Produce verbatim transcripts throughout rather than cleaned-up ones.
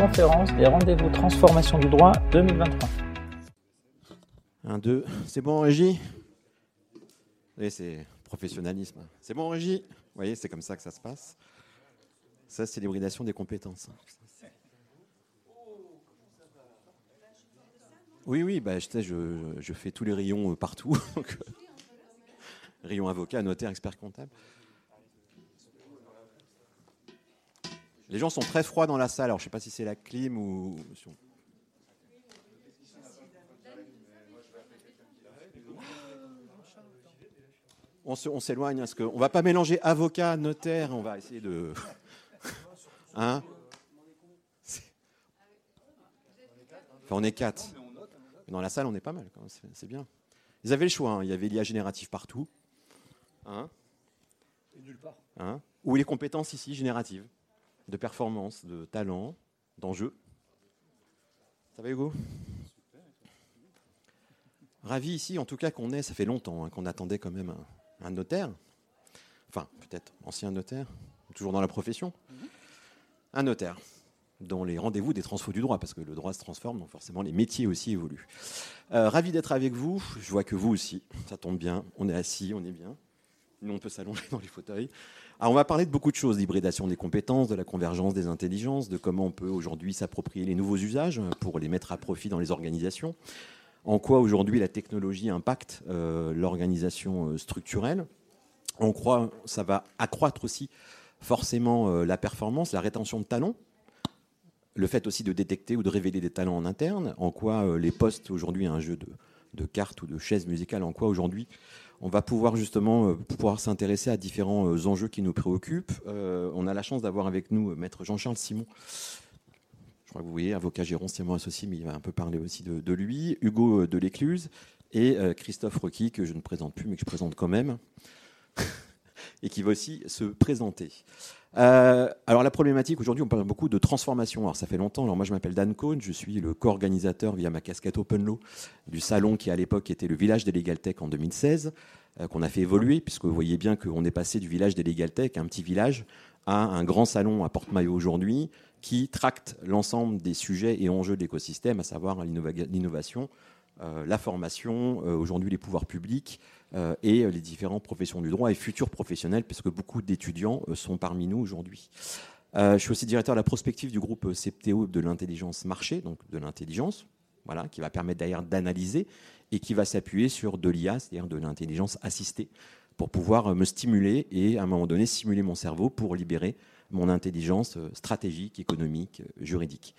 conférence des rendez-vous transformation du droit deux mille vingt-trois. Un, deux, c'est bon en régie? Oui, c'est professionnalisme. C'est bon en régie? Vous voyez, c'est comme ça que ça se passe. Ça, c'est l'hybridation des compétences. Oui, oui, bah, je, sais, je, je fais tous les rayons partout. Donc, rayon avocat, notaire, expert comptable. Les gens sont très froids dans la salle. Alors, je ne sais pas si c'est la clim ou... On, se, on s'éloigne, parce qu'on ne va pas mélanger avocat, notaire. On va essayer de... Hein? Enfin, on est quatre. Dans la salle, on est pas mal. C'est, c'est bien. Ils avaient le choix. Hein. Il y avait l'I A génératif partout. Hein? Et nulle part. Hein? Ou les compétences ici génératives. De performance, de talent, d'enjeu. Ça va, Hugo? Ravi ici, en tout cas, qu'on ait, ça fait longtemps hein, qu'on attendait quand même un, un notaire. Enfin, peut-être ancien notaire, toujours dans la profession. Mm-hmm. Un notaire, dans les rendez-vous des transfos du droit, parce que le droit se transforme, donc forcément les métiers aussi évoluent. Euh, ravi d'être avec vous, je vois que vous aussi, ça tombe bien, on est assis, on est bien. Nous, on peut s'allonger dans les fauteuils. Alors, on va parler de beaucoup de choses, d'hybridation des compétences, de la convergence des intelligences, de comment on peut aujourd'hui s'approprier les nouveaux usages pour les mettre à profit dans les organisations, en quoi aujourd'hui la technologie impacte euh, l'organisation structurelle, en quoi ça va accroître aussi forcément euh, la performance, la rétention de talents, le fait aussi de détecter ou de révéler des talents en interne, en quoi euh, les postes aujourd'hui, un jeu de, de cartes ou de chaises musicales, en quoi aujourd'hui on va pouvoir justement euh, pouvoir s'intéresser à différents euh, enjeux qui nous préoccupent. Euh, on a la chance d'avoir avec nous euh, maître Jean-Charles Simon. Je crois que vous voyez, avocat gérontien associé, mais il va un peu parler aussi de, de lui. Hugo de l'Écluse et euh, Christophe Rocky, que je ne présente plus, mais que je présente quand même, et qui va aussi se présenter. Euh, alors la problématique, aujourd'hui, on parle beaucoup de transformation. Alors ça fait longtemps. Alors moi, je m'appelle Dan Cohn, je suis le co-organisateur via ma casquette Open Law du salon qui à l'époque était le village des Legal Tech en deux mille seize, euh, qu'on a fait évoluer, puisque vous voyez bien qu'on est passé du village des Legal Tech, un petit village, à un grand salon à Porte-Maillot aujourd'hui, qui tracte l'ensemble des sujets et enjeux de l'écosystème, à savoir l'innova- l'innovation, euh, la formation, euh, aujourd'hui les pouvoirs publics, Euh, et les différentes professions du droit et futurs professionnels, parce que beaucoup d'étudiants euh, sont parmi nous aujourd'hui. Euh, je suis aussi directeur de la prospective du groupe C P T O de l'intelligence marché, donc de l'intelligence, voilà, qui va permettre d'ailleurs d'analyser et qui va s'appuyer sur de l'I A, c'est-à-dire de l'intelligence assistée, pour pouvoir me stimuler et à un moment donné stimuler mon cerveau pour libérer mon intelligence stratégique, économique, juridique.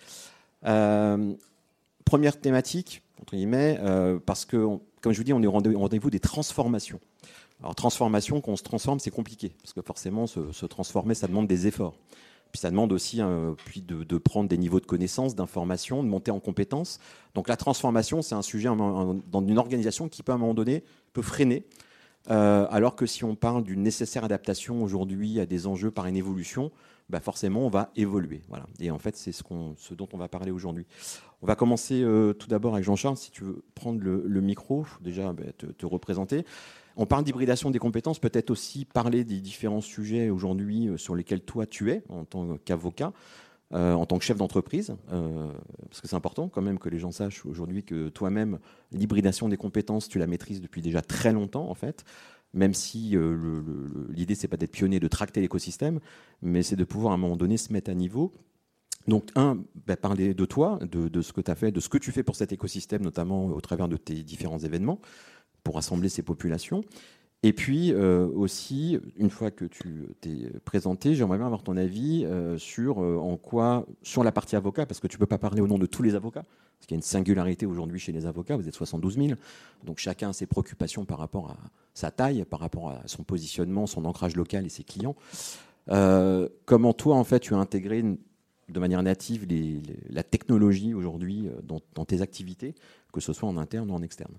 Euh, première thématique, entre guillemets, euh, parce que on, comme je vous dis, on est au rendez-vous des transformations. Alors, transformation, quand on se transforme, c'est compliqué, parce que forcément, se, se transformer, ça demande des efforts. Puis ça demande aussi euh, puis de, de prendre des niveaux de connaissances, d'informations, de monter en compétences. Donc la transformation, c'est un sujet en, en, dans une organisation qui peut, à un moment donné, peut freiner. Euh, alors que si on parle d'une nécessaire adaptation aujourd'hui à des enjeux par une évolution, bah forcément, on va évoluer. Voilà. Et en fait, c'est ce, qu'on, ce dont on va parler aujourd'hui. On va commencer euh, tout d'abord avec Jean-Charles, si tu veux prendre le, le micro, déjà bah, te, te représenter. On parle d'hybridation des compétences, peut-être aussi parler des différents sujets aujourd'hui euh, sur lesquels toi tu es en tant qu'avocat, euh, en tant que chef d'entreprise, euh, parce que c'est important quand même que les gens sachent aujourd'hui que toi-même, l'hybridation des compétences, tu la maîtrises depuis déjà très longtemps en fait. Même si euh, le, le, l'idée, c'est pas d'être pionnier, de tracter l'écosystème, mais c'est de pouvoir à un moment donné se mettre à niveau. Donc, un, bah, parler de toi, de, de ce que tu as fait, de ce que tu fais pour cet écosystème, notamment au travers de tes différents événements, pour rassembler ces populations. Et puis euh, aussi, une fois que tu t'es présenté, j'aimerais bien avoir ton avis euh, sur euh, en quoi, sur la partie avocat, parce que tu ne peux pas parler au nom de tous les avocats, parce qu'il y a une singularité aujourd'hui chez les avocats, vous êtes soixante-douze mille, donc chacun a ses préoccupations par rapport à sa taille, par rapport à son positionnement, son ancrage local et ses clients. Euh, comment toi, en fait, tu as intégré une, de manière native les, les, la technologie aujourd'hui dans, dans tes activités, que ce soit en interne ou en externe?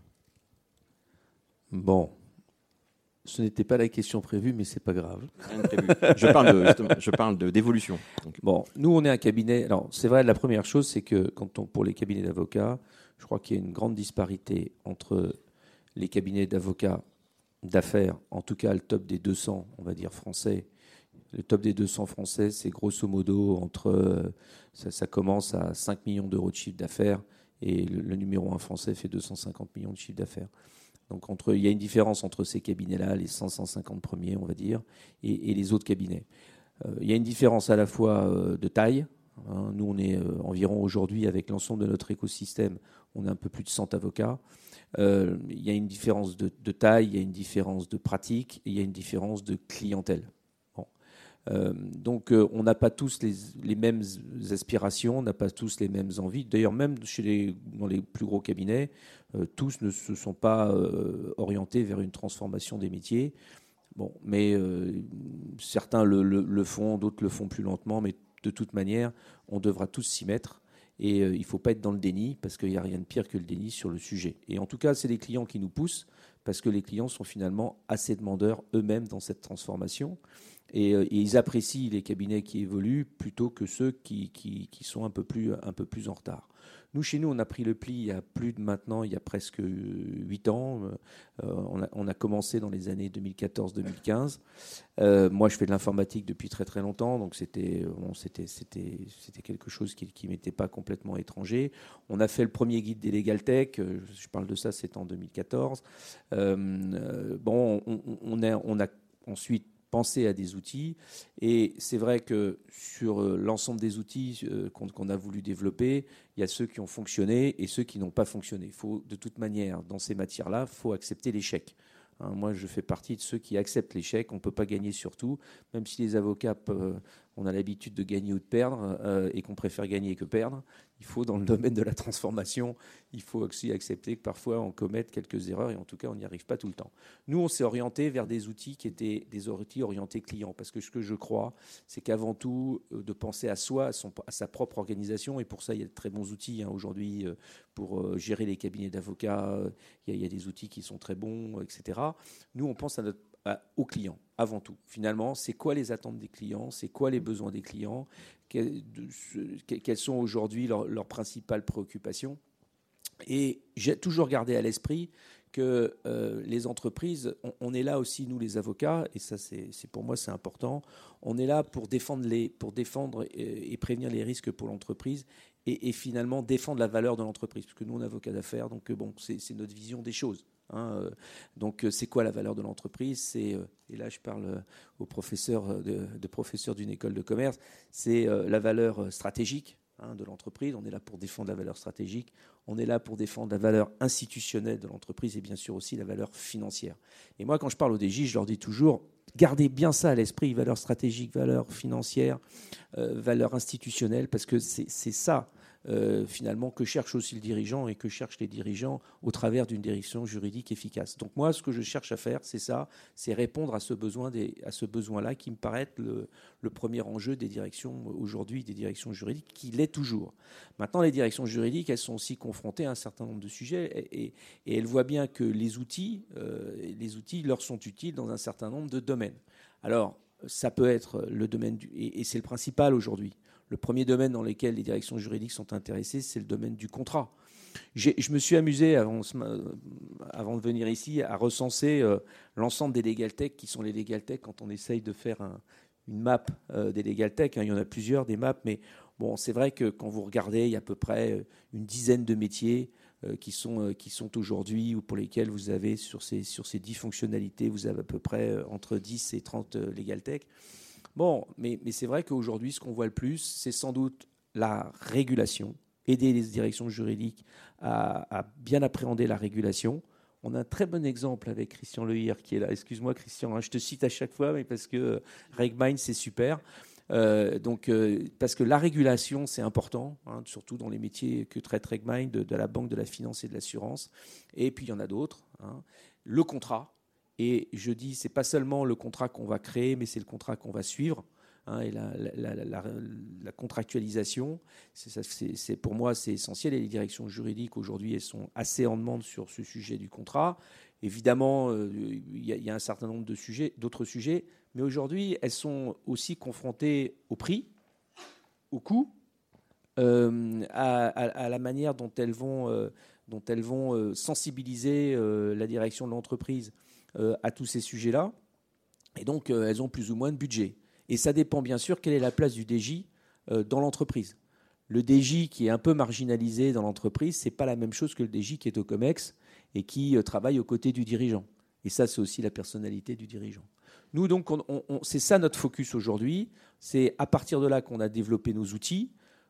Bon. Ce n'était pas la question prévue, mais c'est pas grave. Rien de prévu. Je parle de, justement, je parle de, d'évolution. Donc. Bon, nous, on est un cabinet. Alors, c'est vrai, la première chose, c'est que quand on, pour les cabinets d'avocats, je crois qu'il y a une grande disparité entre les cabinets d'avocats d'affaires, en tout cas le top des deux cents, on va dire français, le top des deux cents français, c'est grosso modo entre, euh, ça, ça commence à cinq millions d'euros de chiffre d'affaires et le, le numéro un français fait deux cent cinquante millions de chiffre d'affaires. Donc entre, il y a une différence entre ces cabinets-là, les cent à cent cinquante premiers, on va dire, et, et les autres cabinets. Euh, il y a une différence à la fois euh, de taille. Hein, nous, on est euh, environ aujourd'hui, avec l'ensemble de notre écosystème, on est un peu plus de cent avocats. Euh, il y a une différence de, de taille, il y a une différence de pratique, et il y a une différence de clientèle. Bon. Euh, donc, euh, on n'a pas tous les, les mêmes aspirations, on n'a pas tous les mêmes envies. D'ailleurs, même chez les, dans les plus gros cabinets, euh, tous ne se sont pas euh, orientés vers une transformation des métiers. Bon, mais euh, certains le, le, le font, d'autres le font plus lentement, mais de toute manière, on devra tous s'y mettre. Et euh, il ne faut pas être dans le déni, parce qu'il n'y a rien de pire que le déni sur le sujet. Et en tout cas, c'est les clients qui nous poussent, parce que les clients sont finalement assez demandeurs eux-mêmes dans cette transformation. Et, euh, et ils apprécient les cabinets qui évoluent plutôt que ceux qui, qui, qui sont un peu, plus, un peu plus en retard. Nous, chez nous, on a pris le pli il y a plus de maintenant, il y a presque huit ans. Euh, on, a, on a commencé dans les années deux mille quatorze deux mille quinze. Euh, moi, je fais de l'informatique depuis très très longtemps, donc c'était, bon, c'était, c'était, c'était quelque chose qui ne m'était pas complètement étranger. On a fait le premier guide des Legal Tech, je parle de ça, c'est en deux mille quatorze. Euh, bon, on, on, a, on a ensuite penser à des outils. Et c'est vrai que sur l'ensemble des outils qu'on, qu'on a voulu développer, il y a ceux qui ont fonctionné et ceux qui n'ont pas fonctionné. Il faut, de toute manière, dans ces matières-là, il faut accepter l'échec. Hein, moi, je fais partie de ceux qui acceptent l'échec. On ne peut pas gagner sur tout, même si les avocats, peuvent, on a l'habitude de gagner ou de perdre, euh, et qu'on préfère gagner que perdre. Il faut, dans le domaine de la transformation, il faut aussi accepter que parfois on commette quelques erreurs, et en tout cas, on n'y arrive pas tout le temps. Nous, on s'est orienté vers des outils qui étaient des outils orientés clients, parce que ce que je crois, c'est qu'avant tout, de penser à soi, à, son, à sa propre organisation, et pour ça, il y a de très bons outils hein, aujourd'hui pour euh, gérer les cabinets d'avocats. Il y, a, il y a des outils qui sont très bons, et cetera. Nous, on pense à notre aux clients, avant tout. Finalement, c'est quoi les attentes des clients, c'est quoi les besoins des clients, quelles sont aujourd'hui leurs, leurs principales préoccupations. Et j'ai toujours gardé à l'esprit que euh, les entreprises, on, on est là aussi, nous les avocats, et ça c'est, c'est pour moi c'est important, on est là pour défendre, les, pour défendre et, et prévenir les risques pour l'entreprise et, et finalement défendre la valeur de l'entreprise. Parce que nous, on est avocats d'affaires, donc bon, c'est, c'est notre vision des choses. Hein, donc, c'est quoi la valeur de l'entreprise ? C'est, et là, je parle aux professeurs de, de professeurs d'une école de commerce. C'est la valeur stratégique hein, de l'entreprise. On est là pour défendre la valeur stratégique. On est là pour défendre la valeur institutionnelle de l'entreprise et bien sûr aussi la valeur financière. Et moi, quand je parle aux D J, je leur dis toujours gardez bien ça à l'esprit, valeur stratégique, valeur financière, euh, valeur institutionnelle, parce que c'est, c'est ça. Euh, finalement, que cherche aussi le dirigeant et que cherchent les dirigeants au travers d'une direction juridique efficace. Donc moi, ce que je cherche à faire, c'est ça, c'est répondre à ce besoin des, à ce besoin-là qui me paraît le, le premier enjeu des directions aujourd'hui, des directions juridiques, qui l'est toujours. Maintenant, les directions juridiques, elles sont aussi confrontées à un certain nombre de sujets et, et, et elles voient bien que les outils, euh, les outils leur sont utiles dans un certain nombre de domaines. Alors, ça peut être le domaine du, et, et c'est le principal aujourd'hui. Le premier domaine dans lequel les directions juridiques sont intéressées, c'est le domaine du contrat. J'ai, je me suis amusé, avant, avant de venir ici, à recenser euh, l'ensemble des legal tech qui sont les legal tech quand on essaye de faire un, une map euh, des legal tech. Hein, il y en a plusieurs, des maps, mais bon, c'est vrai que quand vous regardez, il y a à peu près une dizaine de métiers euh, qui sont, euh, qui sont aujourd'hui, ou pour lesquels vous avez, sur ces, sur ces dix fonctionnalités, vous avez à peu près euh, entre dix et trente euh, legal tech. Bon, mais, mais c'est vrai qu'aujourd'hui, ce qu'on voit le plus, c'est sans doute la régulation, aider les directions juridiques à, à bien appréhender la régulation. On a un très bon exemple avec Christian Lehir qui est là. Excuse-moi, Christian, hein, je te cite à chaque fois, mais parce que euh, RegMind, c'est super. Euh, donc, euh, parce que la régulation, c'est important, hein, surtout dans les métiers que traite RegMind, de, de la banque, de la finance et de l'assurance. Et puis, il y en a d'autres. Hein. Le contrat. Et je dis, c'est pas seulement le contrat qu'on va créer, mais c'est le contrat qu'on va suivre. Hein, et la, la, la, la, la contractualisation, c'est, c'est, c'est, pour moi, c'est essentiel. Et les directions juridiques, aujourd'hui, elles sont assez en demande sur ce sujet du contrat. Évidemment, euh, il y a, il y a un certain nombre de sujets, d'autres sujets, mais aujourd'hui, elles sont aussi confrontées au prix, au coût, euh, à, à, à la manière dont elles vont, euh, dont elles vont euh, sensibiliser euh, la direction de l'entreprise à tous ces sujets-là. Et donc, euh, elles ont plus ou moins de budget. Et ça dépend bien sûr quelle est la place du D J euh, dans l'entreprise. Le D J qui est un peu marginalisé dans l'entreprise, ce n'est pas la même chose que le D J qui est au COMEX et qui euh, travaille aux côtés du dirigeant. Et ça, c'est aussi la personnalité du dirigeant. Nous, donc, on, on, c'est ça notre focus aujourd'hui. C'est à partir de là qu'on a développé nos outils.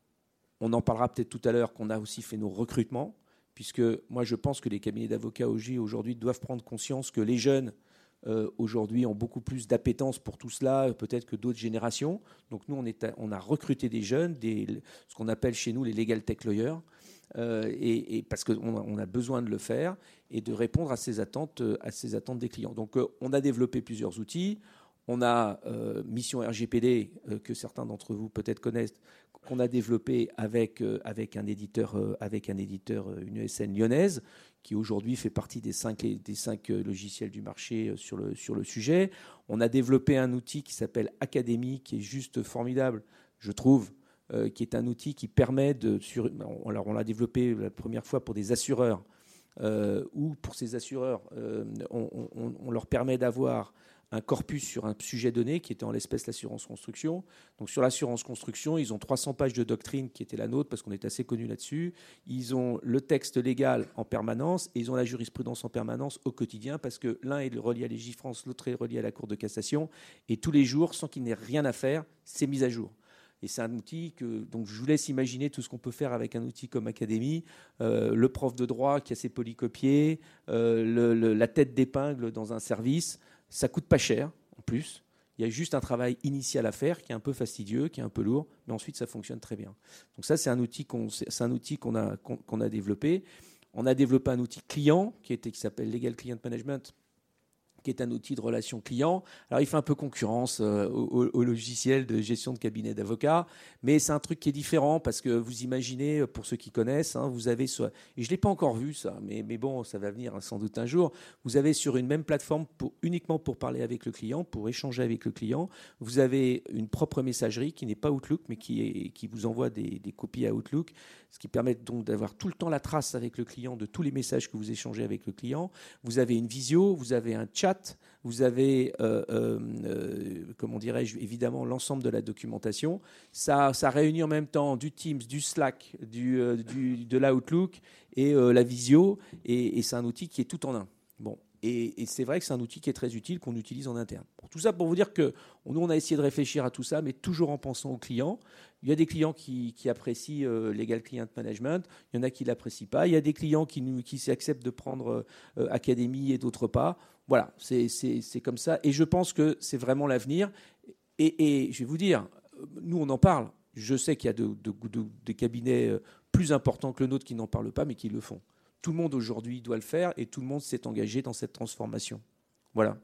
On en parlera peut-être tout à l'heure, qu'on a aussi fait nos recrutements, puisque moi, je pense que les cabinets d'avocats aujourd'hui doivent prendre conscience que les jeunes, euh, aujourd'hui, ont beaucoup plus d'appétence pour tout cela, peut-être que d'autres générations. Donc, nous, on, est à, on a recruté des jeunes, des, ce qu'on appelle chez nous les legal tech lawyers, euh, et, et parce qu'on a, on a besoin de le faire et de répondre à ces attentes, à ces attentes des clients. Donc, euh, on a développé plusieurs outils. On a euh, Mission R G P D, euh, que certains d'entre vous peut-être connaissent, qu'on a développé avec, euh, avec un éditeur, euh, avec un éditeur, euh, une E S N lyonnaise, qui aujourd'hui fait partie des cinq, des cinq euh, logiciels du marché euh, sur, le, sur le sujet. On a développé un outil qui s'appelle Academy, qui est juste formidable, je trouve, euh, qui est un outil qui permet de... Sur, alors on l'a développé la première fois pour des assureurs, euh, ou pour ces assureurs, euh, on, on, on leur permet d'avoir un corpus sur un sujet donné qui était en l'espèce l'assurance construction. Donc sur l'assurance construction, ils ont trois cents pages de doctrine qui était la nôtre parce qu'on est assez connus là-dessus. Ils ont le texte légal en permanence et ils ont la jurisprudence en permanence au quotidien parce que l'un est relié à Légifrance, l'autre est relié à la Cour de cassation. Et tous les jours, sans qu'il n'ait rien à faire, c'est mis à jour. Et c'est un outil que, donc je vous laisse imaginer tout ce qu'on peut faire avec un outil comme Academy. Euh, le prof de droit qui a ses polycopiés, euh, le, le, la tête d'épingle dans un service. Ça coûte pas cher, en plus. Il y a juste un travail initial à faire qui est un peu fastidieux, qui est un peu lourd, mais ensuite, ça fonctionne très bien. Donc ça, c'est un outil qu'on, c'est un outil qu'on a, qu'on, qu'on a développé. On a développé un outil client qui, était, qui s'appelle Legal Client Management, qui est un outil de relation client. Alors, il fait un peu concurrence euh, au, au logiciel de gestion de cabinet d'avocats, mais c'est un truc qui est différent parce que vous imaginez, pour ceux qui connaissent, hein, vous avez, sur, et je ne l'ai pas encore vu ça, mais, mais bon, ça va venir hein, sans doute un jour, vous avez sur une même plateforme pour, uniquement pour parler avec le client, pour échanger avec le client, vous avez une propre messagerie qui n'est pas Outlook, mais qui, est, qui vous envoie des, des copies à Outlook, ce qui permet donc d'avoir tout le temps la trace avec le client de tous les messages que vous échangez avec le client. Vous avez une visio, vous avez un chat, vous avez, euh, euh, euh, comment dirais-je, évidemment l'ensemble de la documentation. Ça, ça réunit en même temps du Teams, du Slack, du, euh, du, de l'Outlook et euh, la visio, et, et c'est un outil qui est tout en un. Bon. Et, et c'est vrai que c'est un outil qui est très utile, qu'on utilise en interne. Bon, tout ça pour vous dire que nous, on a essayé de réfléchir à tout ça, mais toujours en pensant aux clients. Il y a des clients qui, qui apprécient euh, Legal Client Management, il y en a qui ne l'apprécient pas. Il y a des clients qui, nous, qui acceptent de prendre euh, Academy et d'autres pas. Voilà, c'est, c'est, c'est comme ça. Et je pense que c'est vraiment l'avenir. Et, et je vais vous dire, nous, on en parle. Je sais qu'il y a de, de, de, des cabinets plus importants que le nôtre qui n'en parlent pas, mais qui le font. Tout le monde aujourd'hui doit le faire et tout le monde s'est engagé dans cette transformation. Voilà.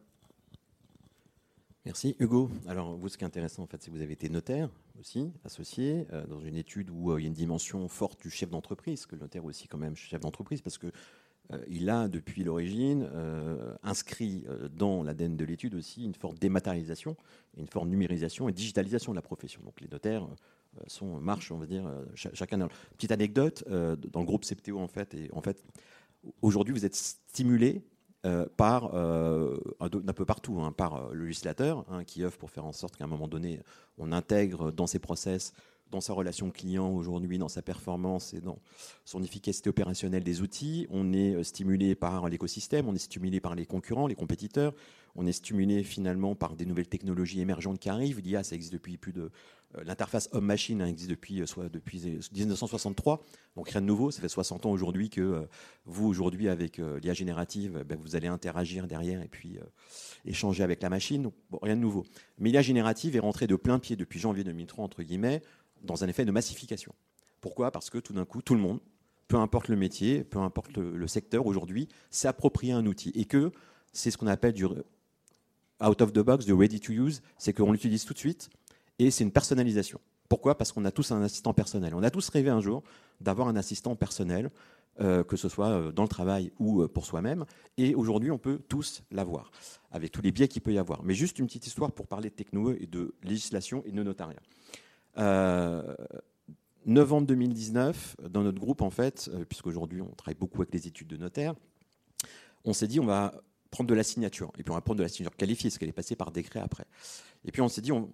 Merci. Hugo, alors vous, ce qui est intéressant, en fait, c'est que vous avez été notaire aussi, associé, euh, dans une étude où euh, il y a une dimension forte du chef d'entreprise, que le notaire est aussi quand même chef d'entreprise, parce que euh, il a, depuis l'origine, euh, inscrit euh, dans l'A D N de l'étude aussi une forte dématérialisation, une forte numérisation et digitalisation de la profession. Donc les notaires euh, sont, marchent, on va dire, euh, ch- chacun dans... Petite anecdote, euh, dans le groupe C P T O, en fait, et, en fait aujourd'hui, vous êtes stimulé Euh, par euh, un peu partout, hein, par euh, le législateur hein, qui œuvre pour faire en sorte qu'à un moment donné, on intègre dans ses process, dans sa relation client aujourd'hui, dans sa performance et dans son efficacité opérationnelle des outils. On est euh, stimulé par l'écosystème, on est stimulé par les concurrents, les compétiteurs, on est stimulé finalement par des nouvelles technologies émergentes qui arrivent. L'I A, ça existe depuis plus de... Euh, l'interface homme-machine hein, existe depuis, euh, soit depuis dix-neuf cent soixante-trois, donc rien de nouveau. Ça fait soixante ans aujourd'hui que euh, vous, aujourd'hui, avec euh, l'I A générative, ben, vous allez interagir derrière et puis euh, échanger avec la machine. Donc, bon, rien de nouveau. Mais l'I A générative est rentrée de plein pied depuis janvier deux mille trois, entre guillemets, dans un effet de massification. Pourquoi ? Parce que tout d'un coup, tout le monde, peu importe le métier, peu importe le, le secteur aujourd'hui, s'approprie un outil. Et que c'est ce qu'on appelle du out of the box, du ready to use, c'est qu'on l'utilise tout de suite. Et c'est une personnalisation. Pourquoi ? Parce qu'on a tous un assistant personnel. On a tous rêvé un jour d'avoir un assistant personnel, euh, que ce soit dans le travail ou pour soi-même. Et aujourd'hui, on peut tous l'avoir, avec tous les biais qu'il peut y avoir. Mais juste une petite histoire pour parler de techno et de législation et de notariat. Euh, novembre deux mille dix-neuf, dans notre groupe, en fait, euh, puisqu'aujourd'hui, on travaille beaucoup avec les études de notaire, on s'est dit, on va prendre de la signature. Et puis, on va prendre de la signature qualifiée, parce qu'elle est passée par décret après. Et puis, on s'est dit... on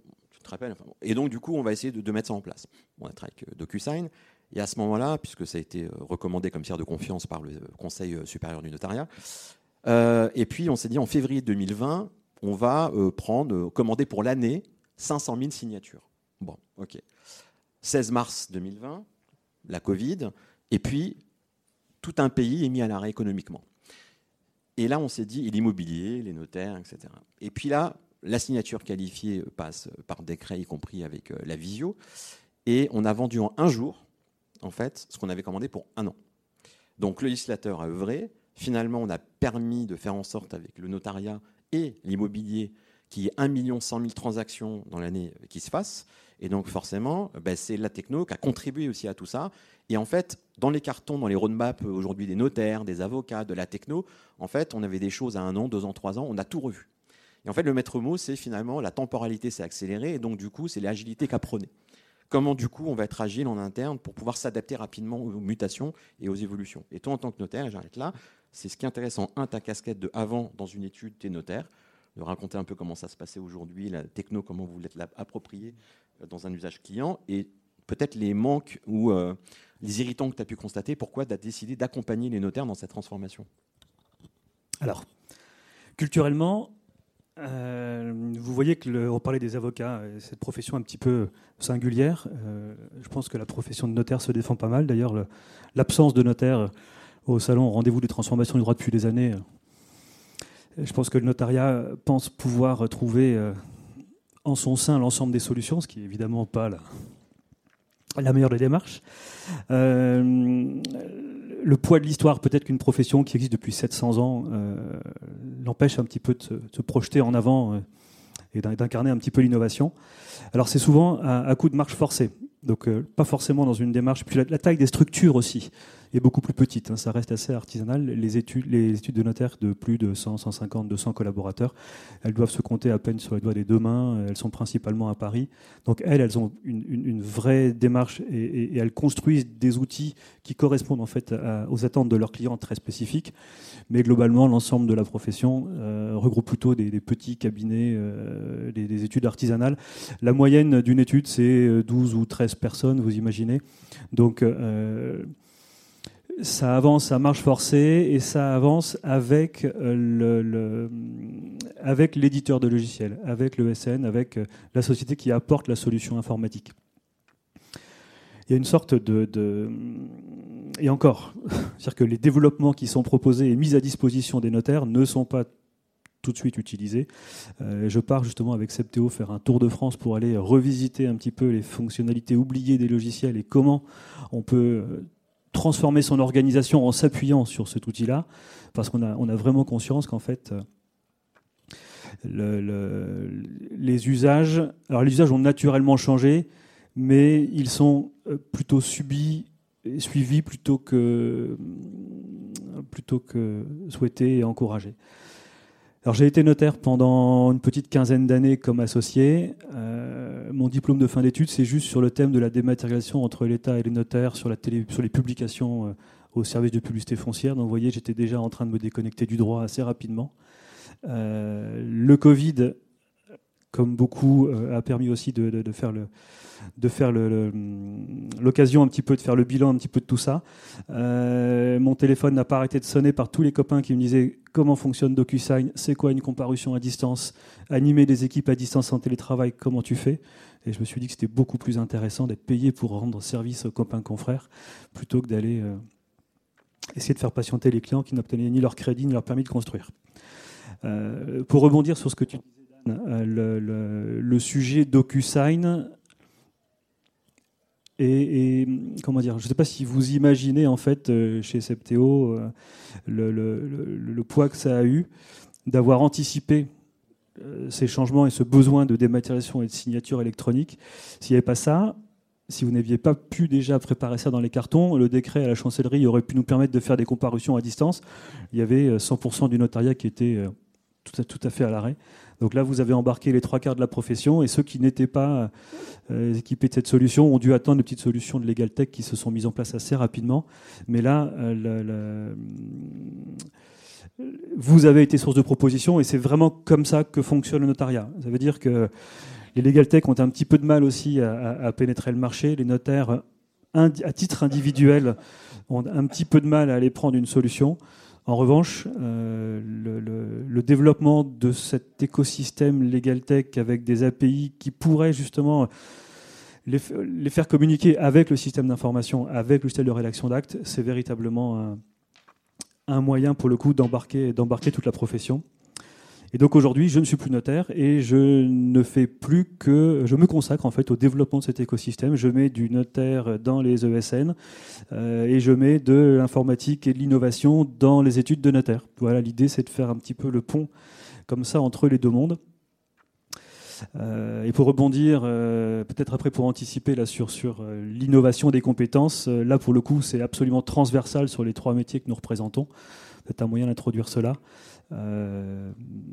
te rappelles. Enfin, bon. Et donc, du coup, on va essayer de, de mettre ça en place. On a travaillé avec DocuSign. Et à ce moment-là, puisque ça a été recommandé comme tiers de confiance par le Conseil supérieur du notariat, euh, et puis on s'est dit en février deux mille vingt, on va euh, prendre, euh, commander pour l'année cinq cent mille signatures. Bon, ok. seize mars deux mille vingt, la Covid, et puis tout un pays est mis à l'arrêt économiquement. Et là, on s'est dit, l'immobilier, les notaires, et cetera. Et puis là, la signature qualifiée passe par décret, y compris avec euh, la visio, et on a vendu en un jour, en fait, ce qu'on avait commandé pour un an. Donc le législateur a œuvré. Finalement, on a permis de faire en sorte avec le notariat et l'immobilier qu'il y ait un million cent mille transactions dans l'année qui se fassent. Et donc forcément, ben, c'est la techno qui a contribué aussi à tout ça. Et en fait, dans les cartons, dans les roadmaps aujourd'hui des notaires, des avocats, de la techno, en fait, on avait des choses à un an, deux ans, trois ans, on a tout revu. Et en fait, le maître mot, c'est finalement la temporalité s'est accélérée. Et donc du coup, c'est l'agilité qu'apprenait. Comment, du coup, on va être agile en interne pour pouvoir s'adapter rapidement aux mutations et aux évolutions. Et toi, en tant que notaire, et j'arrête là, c'est ce qui est intéressant, un, ta casquette de avant dans une étude, t'es notaire, de raconter un peu comment ça se passait aujourd'hui, la techno, comment vous l'êtes appropriée dans un usage client, et peut-être les manques ou euh, les irritants que tu as pu constater, pourquoi tu as décidé d'accompagner les notaires dans cette transformation. Alors, culturellement, Euh, vous voyez que le, on parlait des avocats, cette profession un petit peu singulière. Euh, je pense que la profession de notaire se défend pas mal. D'ailleurs, le, l'absence de notaire au salon Rendez-vous des transformations du droit depuis des années, je pense que le notariat pense pouvoir trouver en son sein l'ensemble des solutions, ce qui n'est évidemment pas la, la meilleure des démarches. Euh, le poids de l'histoire, peut-être qu'une profession qui existe depuis sept cents ans euh, l'empêche un petit peu de se, de se projeter en avant euh, et d'incarner un petit peu l'innovation. Alors c'est souvent à, à coup de marche forcée, donc euh, pas forcément dans une démarche. Puis la, la taille des structures aussi est beaucoup plus petite, hein, ça reste assez artisanal. Les études, les études de notaire de plus de cent, cent cinquante, deux cents collaborateurs, elles doivent se compter à peine sur les doigts des deux mains, elles sont principalement à Paris. Donc elles, elles ont une, une, une vraie démarche et, et, et elles construisent des outils qui correspondent en fait à, aux attentes de leurs clients très spécifiques. Mais globalement, l'ensemble de la profession euh, regroupe plutôt des, des petits cabinets, euh, des, des études artisanales. La moyenne d'une étude, c'est douze ou treize personnes, vous imaginez. Donc euh, ça avance à marche forcée et ça avance avec, le, le, avec l'éditeur de logiciels, avec le S N, avec la société qui apporte la solution informatique. Il y a une sorte de... de et encore, c'est-à-dire que les développements qui sont proposés et mis à disposition des notaires ne sont pas tout de suite utilisés. Euh, je pars justement avec Septéo faire un tour de France pour aller revisiter un petit peu les fonctionnalités oubliées des logiciels et comment on peut transformer son organisation en s'appuyant sur cet outil-là, parce qu'on a, on a vraiment conscience qu'en fait, le, le, les usages, alors les usages ont naturellement changé, mais ils sont plutôt subis, suivis plutôt que, plutôt que souhaités et encouragés. Alors j'ai été notaire pendant une petite quinzaine d'années comme associé. Euh, mon diplôme de fin d'études, c'est juste sur le thème de la dématérialisation entre l'État et les notaires sur, la télé, sur les publications euh, au service de publicité foncière. Donc vous voyez, j'étais déjà en train de me déconnecter du droit assez rapidement. Euh, le Covid, comme beaucoup, euh, a permis aussi de, de, de faire le... de faire le, le, l'occasion un petit peu de faire le bilan un petit peu de tout ça. Euh, mon téléphone n'a pas arrêté de sonner par tous les copains qui me disaient comment fonctionne DocuSign, c'est quoi une comparution à distance, animer des équipes à distance en télétravail, comment tu fais? Et je me suis dit que c'était beaucoup plus intéressant d'être payé pour rendre service aux copains confrères plutôt que d'aller euh, essayer de faire patienter les clients qui n'obtenaient ni leur crédit ni leur permis de construire. Euh, pour rebondir sur ce que tu disais, Dan, euh, le, le, le sujet DocuSign. Et, et comment dire, je ne sais pas si vous imaginez en fait euh, chez Septéo euh, le, le, le, le poids que ça a eu d'avoir anticipé euh, ces changements et ce besoin de dématérialisation et de signature électronique. S'il n'y avait pas ça, si vous n'aviez pas pu déjà préparer ça dans les cartons, le décret à la chancellerie aurait pu nous permettre de faire des comparutions à distance. Il y avait cent pour cent du notariat qui était euh, tout, à, tout à fait à l'arrêt. Donc là, vous avez embarqué les trois quarts de la profession et ceux qui n'étaient pas euh, équipés de cette solution ont dû attendre les petites solutions de Legal Tech qui se sont mises en place assez rapidement. Mais là, euh, la, la... vous avez été source de propositions et c'est vraiment comme ça que fonctionne le notariat. Ça veut dire que Les legal tech ont un petit peu de mal aussi à, à, à pénétrer le marché. Les notaires, indi- à titre individuel, ont un petit peu de mal à aller prendre une solution. En revanche, euh, le, le, le développement de cet écosystème legal tech avec des A P I qui pourraient justement les, les faire communiquer avec le système d'information, avec le système de rédaction d'actes, c'est véritablement un, un moyen pour le coup d'embarquer, d'embarquer toute la profession. Et donc aujourd'hui, je ne suis plus notaire et je ne fais plus que, je me consacre en fait au développement de cet écosystème. Je mets du notaire dans les E S N euh, et je mets de l'informatique et de l'innovation dans les études de notaire. Voilà, l'idée c'est de faire un petit peu le pont comme ça entre les deux mondes. Euh, et pour rebondir, euh, peut-être après pour anticiper là sur, sur euh, l'innovation des compétences, euh, là pour le coup c'est absolument transversal sur les trois métiers que nous représentons. C'est un moyen d'introduire cela. Euh,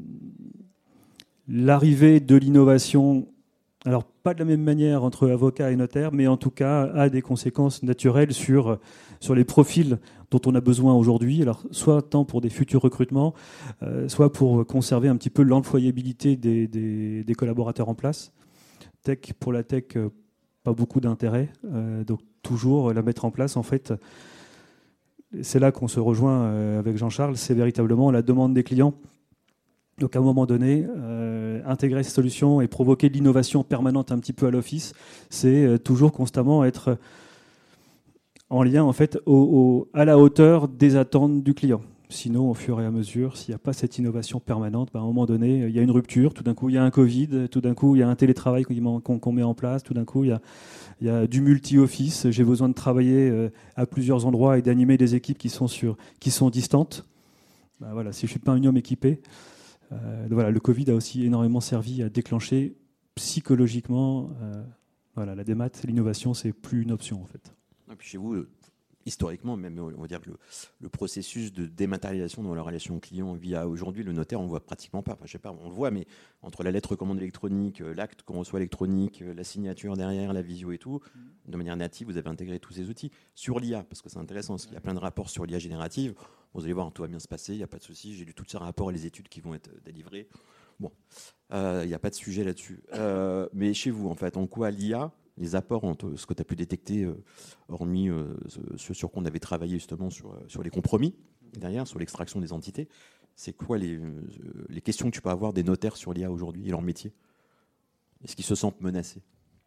l'arrivée de l'innovation, alors pas de la même manière entre avocat et notaire, mais en tout cas a des conséquences naturelles sur, sur les profils dont on a besoin aujourd'hui, alors soit tant pour des futurs recrutements, euh, soit pour conserver un petit peu l'employabilité des, des, des collaborateurs en place. Tech, pour la tech, euh, pas beaucoup d'intérêt, euh, donc toujours la mettre en place en fait. C'est là qu'on se rejoint avec Jean-Charles, c'est véritablement la demande des clients. Donc à un moment donné, euh, intégrer ces solutions et provoquer de l'innovation permanente un petit peu à l'office, c'est toujours constamment être en lien en fait, au, au, à la hauteur des attentes du client. Sinon, au fur et à mesure, s'il n'y a pas cette innovation permanente, ben à un moment donné, il y a une rupture, tout d'un coup, il y a un Covid, tout d'un coup, il y a un télétravail qu'on, qu'on met en place, tout d'un coup, il y a, il y a du multi-office, j'ai besoin de travailler à plusieurs endroits et d'animer des équipes qui sont, sur, qui sont distantes. Ben voilà, si je ne suis pas un homme équipé, euh, voilà, le Covid a aussi énormément servi à déclencher psychologiquement euh, voilà, la démat, l'innovation, c'est plus une option en fait. Et puis chez vous, historiquement, même on va dire que le, le processus de dématérialisation dans la relation client via aujourd'hui le notaire, on ne voit pratiquement pas. Enfin, je sais pas, on le voit, mais entre la lettre commande électronique, l'acte qu'on reçoit électronique, la signature derrière, la visio et tout, de manière native, vous avez intégré tous ces outils. Sur l'I A, parce que c'est intéressant, parce qu'il y a plein de rapports sur l'I A générative. Vous allez voir, tout va bien se passer, il n'y a pas de souci. J'ai lu tous ces rapports et les études qui vont être délivrées. Bon, il euh, n'y a pas de sujet là-dessus. Euh, mais chez vous, en fait, en quoi l'I A, les apports entre ce que tu as pu détecter, euh, hormis euh, ce, ce sur quoi on avait travaillé justement sur, euh, sur les compromis, derrière, sur l'extraction des entités, c'est quoi les, euh, les questions que tu peux avoir des notaires sur l'I A aujourd'hui et leur métier? Est-ce qu'ils se sentent menacés?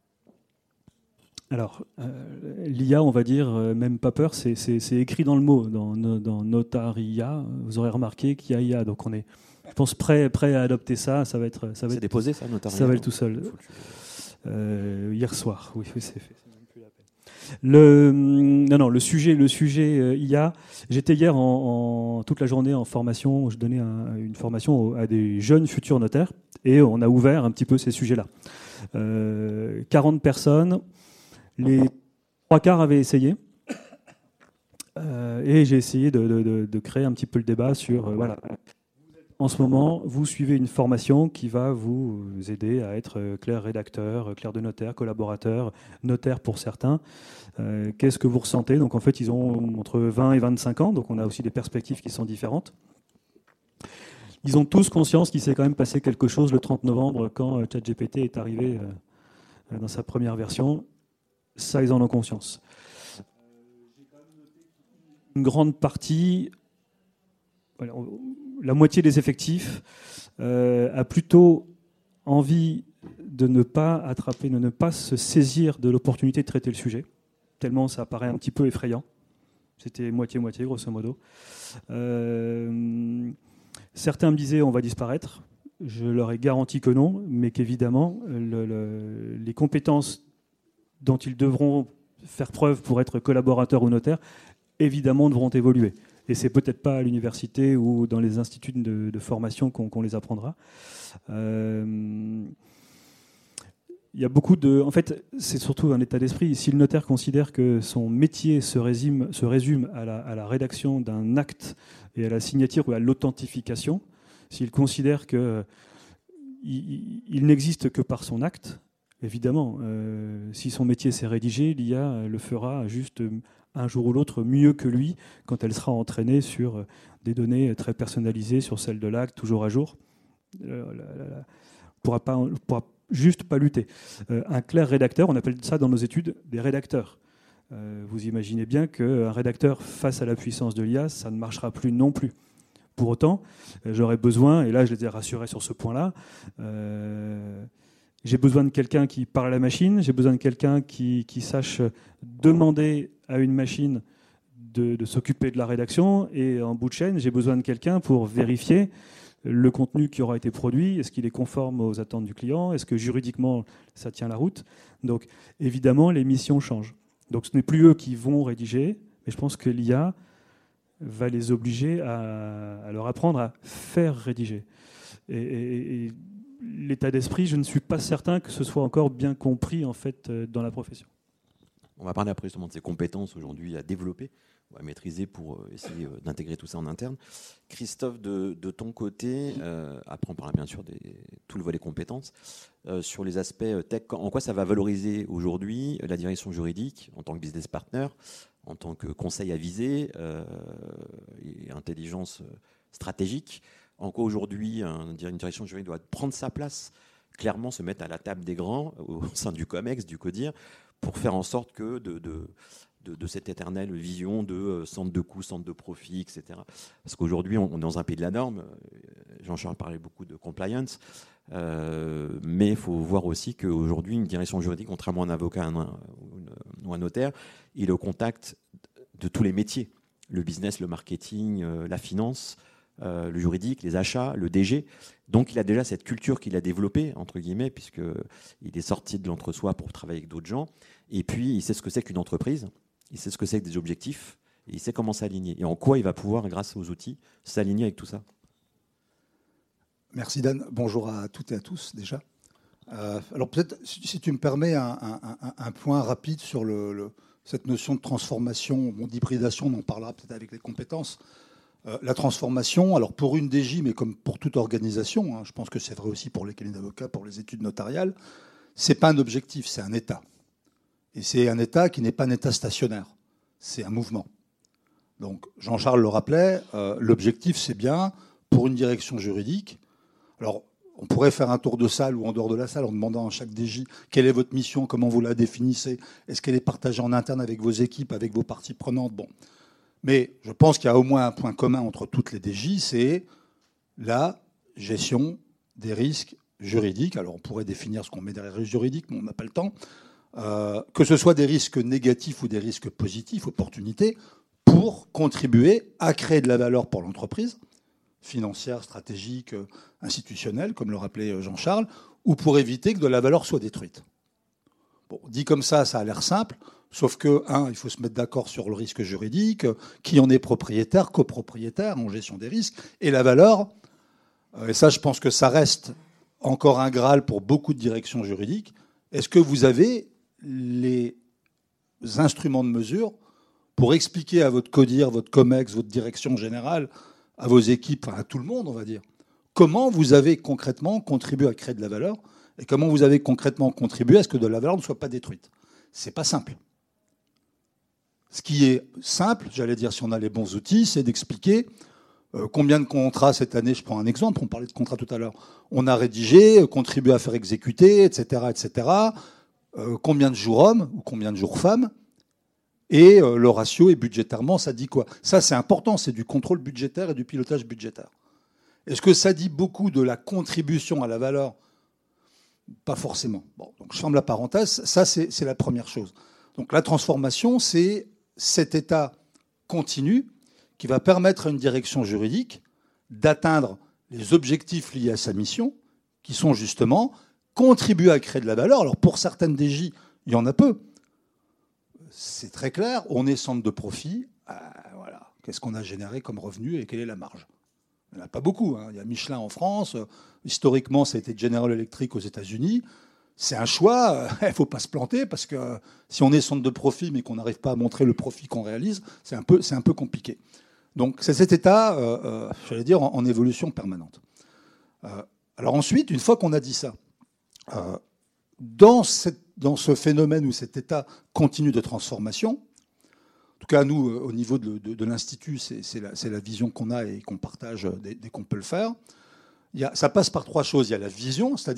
Alors, euh, l'I A, on va dire, euh, même pas peur, c'est, c'est, c'est écrit dans le mot, dans, dans Notaria, vous aurez remarqué qu'il y a I A, donc on est, je pense, prêt, prêt à adopter ça, ça va être... Ça va c'est être, déposé ça, Notaria? Ça va être tout seul. Euh, hier soir, oui, oui, c'est fait. C'est même plus la peine. Le, non, non, le sujet, le sujet euh, I A. J'étais hier en, en, toute la journée en formation. Je donnais un, une formation à des jeunes futurs notaires et on a ouvert un petit peu ces sujets-là. Euh, quarante personnes, les trois quarts avaient essayé. Euh, et j'ai essayé de, de, de créer un petit peu le débat sur euh, voilà. En ce moment, vous suivez une formation qui va vous aider à être clerc rédacteur, clerc de notaire, collaborateur, notaire pour certains. Euh, qu'est-ce que vous ressentez? Donc en fait, ils ont entre vingt et vingt-cinq ans, donc on a aussi des perspectives qui sont différentes. Ils ont tous conscience qu'il s'est quand même passé quelque chose le trente novembre quand ChatGPT est arrivé dans sa première version. Ça, ils en ont conscience. Une grande partie... Voilà, la moitié des effectifs euh, a plutôt envie de ne pas attraper, de ne pas se saisir de l'opportunité de traiter le sujet, tellement ça paraît un petit peu effrayant. C'était moitié-moitié, grosso modo. Euh, certains me disaient on va disparaître. Je leur ai garanti que non, mais qu'évidemment, le, le, les compétences dont ils devront faire preuve pour être collaborateurs ou notaires, évidemment, devront évoluer. Et c'est peut-être pas à l'université ou dans les instituts de, de formation qu'on, qu'on les apprendra. Euh, il y a beaucoup de... En fait, c'est surtout un état d'esprit. Si le notaire considère que son métier se résume, se résume à, la, à la rédaction d'un acte et à la signature ou à l'authentification, s'il considère qu'il il, il n'existe que par son acte, évidemment, euh, si son métier s'est rédigé, l'I A le fera juste... un jour ou l'autre mieux que lui quand elle sera entraînée sur des données très personnalisées, sur celles de l'acte, toujours à jour. Euh, la, la, la, pourra pas, pourra juste pas lutter. Euh, un clair rédacteur, on appelle ça dans nos études des rédacteurs. Euh, vous imaginez bien qu'un rédacteur face à la puissance de l'I A, ça ne marchera plus non plus. Pour autant, euh, j'aurais besoin, et là je les ai rassurés sur ce point-là, euh, j'ai besoin de quelqu'un qui parle à la machine, j'ai besoin de quelqu'un qui, qui sache demander à une machine de, de s'occuper de la rédaction, et en bout de chaîne, j'ai besoin de quelqu'un pour vérifier le contenu qui aura été produit, est-ce qu'il est conforme aux attentes du client, est-ce que juridiquement ça tient la route. Donc évidemment, les missions changent. Donc ce n'est plus eux qui vont rédiger, mais je pense que l'I A va les obliger à, à leur apprendre à faire rédiger. Et, et, et l'état d'esprit, je ne suis pas certain que ce soit encore bien compris en fait dans la profession. On va parler après justement de ces compétences aujourd'hui à développer, à maîtriser pour essayer d'intégrer tout ça en interne. Christophe, de, de ton côté, euh, après on parlera bien sûr de tout le volet compétences, euh, sur les aspects tech, en quoi ça va valoriser aujourd'hui la direction juridique en tant que business partner, en tant que conseil avisé euh, et intelligence stratégique, en quoi aujourd'hui un, une direction juridique doit prendre sa place, clairement se mettre à la table des grands au sein du COMEX, du CODIR, pour faire en sorte que de, de, de, de cette éternelle vision de centre de coût, centre de profit, et cetera. Parce qu'aujourd'hui, on est dans un pays de la norme. Jean-Charles parlait beaucoup de compliance. Euh, mais il faut voir aussi qu'aujourd'hui, une direction juridique, contrairement à un avocat un, un, ou un notaire, il est au contact de tous les métiers. Le business, le marketing, euh, la finance, euh, le juridique, les achats, le D G. Donc il a déjà cette culture qu'il a développée, entre guillemets, puisqu'il est sorti de l'entre-soi pour travailler avec d'autres gens. Et puis il sait ce que c'est qu'une entreprise, il sait ce que c'est que des objectifs, et il sait comment s'aligner. Et en quoi il va pouvoir, grâce aux outils, s'aligner avec tout ça. Merci Dan. Bonjour à toutes et à tous déjà. Euh, alors peut-être, si tu me permets, un, un, un, un point rapide sur le, le, cette notion de transformation, bon, d'hybridation, on en parlera peut-être avec les compétences. Euh, la transformation, alors pour une D J, mais comme pour toute organisation, hein, je pense que c'est vrai aussi pour les cabinets d'avocats, pour les études notariales, c'est pas un objectif, c'est un état. Et c'est un état qui n'est pas un état stationnaire, c'est un mouvement. Donc Jean-Charles le rappelait, euh, l'objectif c'est bien, pour une direction juridique, alors on pourrait faire un tour de salle ou en dehors de la salle en demandant à chaque D J quelle est votre mission, comment vous la définissez, est-ce qu'elle est partagée en interne avec vos équipes, avec vos parties prenantes, bon. Mais je pense qu'il y a au moins un point commun entre toutes les D J, c'est la gestion des risques juridiques. Alors on pourrait définir ce qu'on met derrière les risques juridiques, mais on n'a pas le temps. Euh, que ce soit des risques négatifs ou des risques positifs, opportunités, pour contribuer à créer de la valeur pour l'entreprise, financière, stratégique, institutionnelle, comme le rappelait Jean-Charles, ou pour éviter que de la valeur soit détruite. Bon, dit comme ça, ça a l'air simple. Sauf que, un, il faut se mettre d'accord sur le risque juridique, qui en est propriétaire, copropriétaire en gestion des risques, et la valeur. Et ça, je pense que ça reste encore un Graal pour beaucoup de directions juridiques. Est-ce que vous avez les instruments de mesure pour expliquer à votre CODIR, votre COMEX, votre direction générale, à vos équipes, enfin à tout le monde, on va dire, comment vous avez concrètement contribué à créer de la valeur et comment vous avez concrètement contribué à ce que de la valeur ne soit pas détruite? C'est pas simple. Ce qui est simple, j'allais dire, si on a les bons outils, c'est d'expliquer euh, combien de contrats cette année, je prends un exemple, on parlait de contrats tout à l'heure, on a rédigé, euh, contribué à faire exécuter, et cetera, et cetera. Euh, combien de jours hommes ou combien de jours femmes, et euh, le ratio et budgétairement, ça dit quoi? Ça, c'est important, c'est du contrôle budgétaire et du pilotage budgétaire. Est-ce que ça dit beaucoup de la contribution à la valeur? Pas forcément. Bon, donc je ferme la parenthèse, ça c'est, c'est la première chose. Donc la transformation, c'est cet état continu qui va permettre à une direction juridique d'atteindre les objectifs liés à sa mission, qui sont justement contribuer à créer de la valeur. Alors pour certaines D J, il y en a peu. C'est très clair, on est centre de profit. Euh, voilà. Qu'est-ce qu'on a généré comme revenu et quelle est la marge? Il n'y en a pas beaucoup. Hein. Il y a Michelin en France. Historiquement, ça a été General Electric aux États-Unis. C'est un choix, il ne faut pas se planter, parce que si on est centre de profit mais qu'on n'arrive pas à montrer le profit qu'on réalise, c'est un peu, c'est un peu compliqué. Donc c'est cet état, euh, euh, j'allais dire, en, en évolution permanente. Euh, alors ensuite, une fois qu'on a dit ça, euh, dans, cette, dans ce phénomène ou cet état continu de transformation, en tout cas nous, au niveau de, de, de l'Institut, c'est, c'est, la, c'est la vision qu'on a et qu'on partage dès, dès qu'on peut le faire, il y a, ça passe par trois choses. Il y a la vision, c'est-à-dire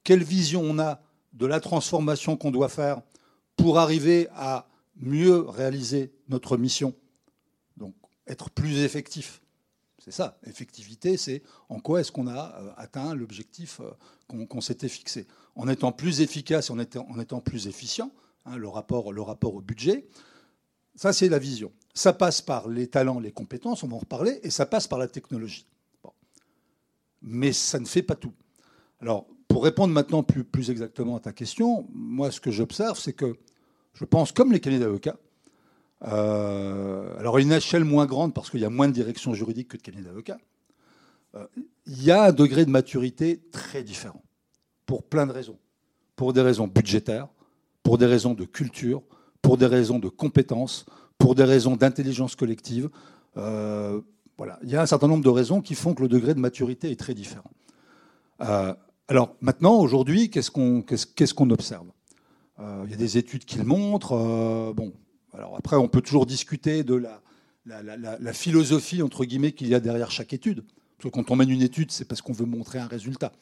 quelle vision on a de la transformation qu'on doit faire pour arriver à mieux réaliser notre mission, donc être plus effectif. C'est ça, effectivité, c'est en quoi est-ce qu'on a atteint l'objectif qu'on, qu'on s'était fixé. En étant plus efficace et en étant, en étant plus efficient, hein, le, rapport, le rapport au budget, ça c'est la vision. Ça passe par les talents, les compétences, on va en reparler, et ça passe par la technologie. Bon. Mais ça ne fait pas tout. Alors, pour répondre maintenant plus, plus exactement à ta question, moi ce que j'observe, c'est que je pense, comme les cabinets d'avocats, Euh, alors, à une échelle moins grande, parce qu'il y a moins de direction juridique que de cabinet d'avocats, euh, il y a un degré de maturité très différent, pour plein de raisons. Pour des raisons budgétaires, pour des raisons de culture, pour des raisons de compétences, pour des raisons d'intelligence collective. Euh, voilà. Il y a un certain nombre de raisons qui font que le degré de maturité est très différent. Euh, alors, maintenant, aujourd'hui, qu'est-ce qu'on, qu'est-ce, qu'est-ce qu'on observe ? euh, Il y a des études qui le montrent. Euh, bon. Alors après, on peut toujours discuter de la, la, la, la philosophie, entre guillemets, qu'il y a derrière chaque étude. Parce que quand on mène une étude, c'est parce qu'on veut montrer un résultat.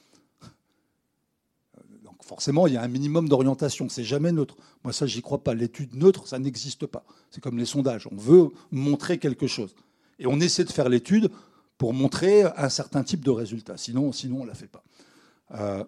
Donc forcément, il y a un minimum d'orientation. C'est jamais neutre. Moi, ça, j'y crois pas. L'étude neutre, ça n'existe pas. C'est comme les sondages. On veut montrer quelque chose. Et on essaie de faire l'étude pour montrer un certain type de résultat. Sinon, sinon on ne la fait pas. Euh,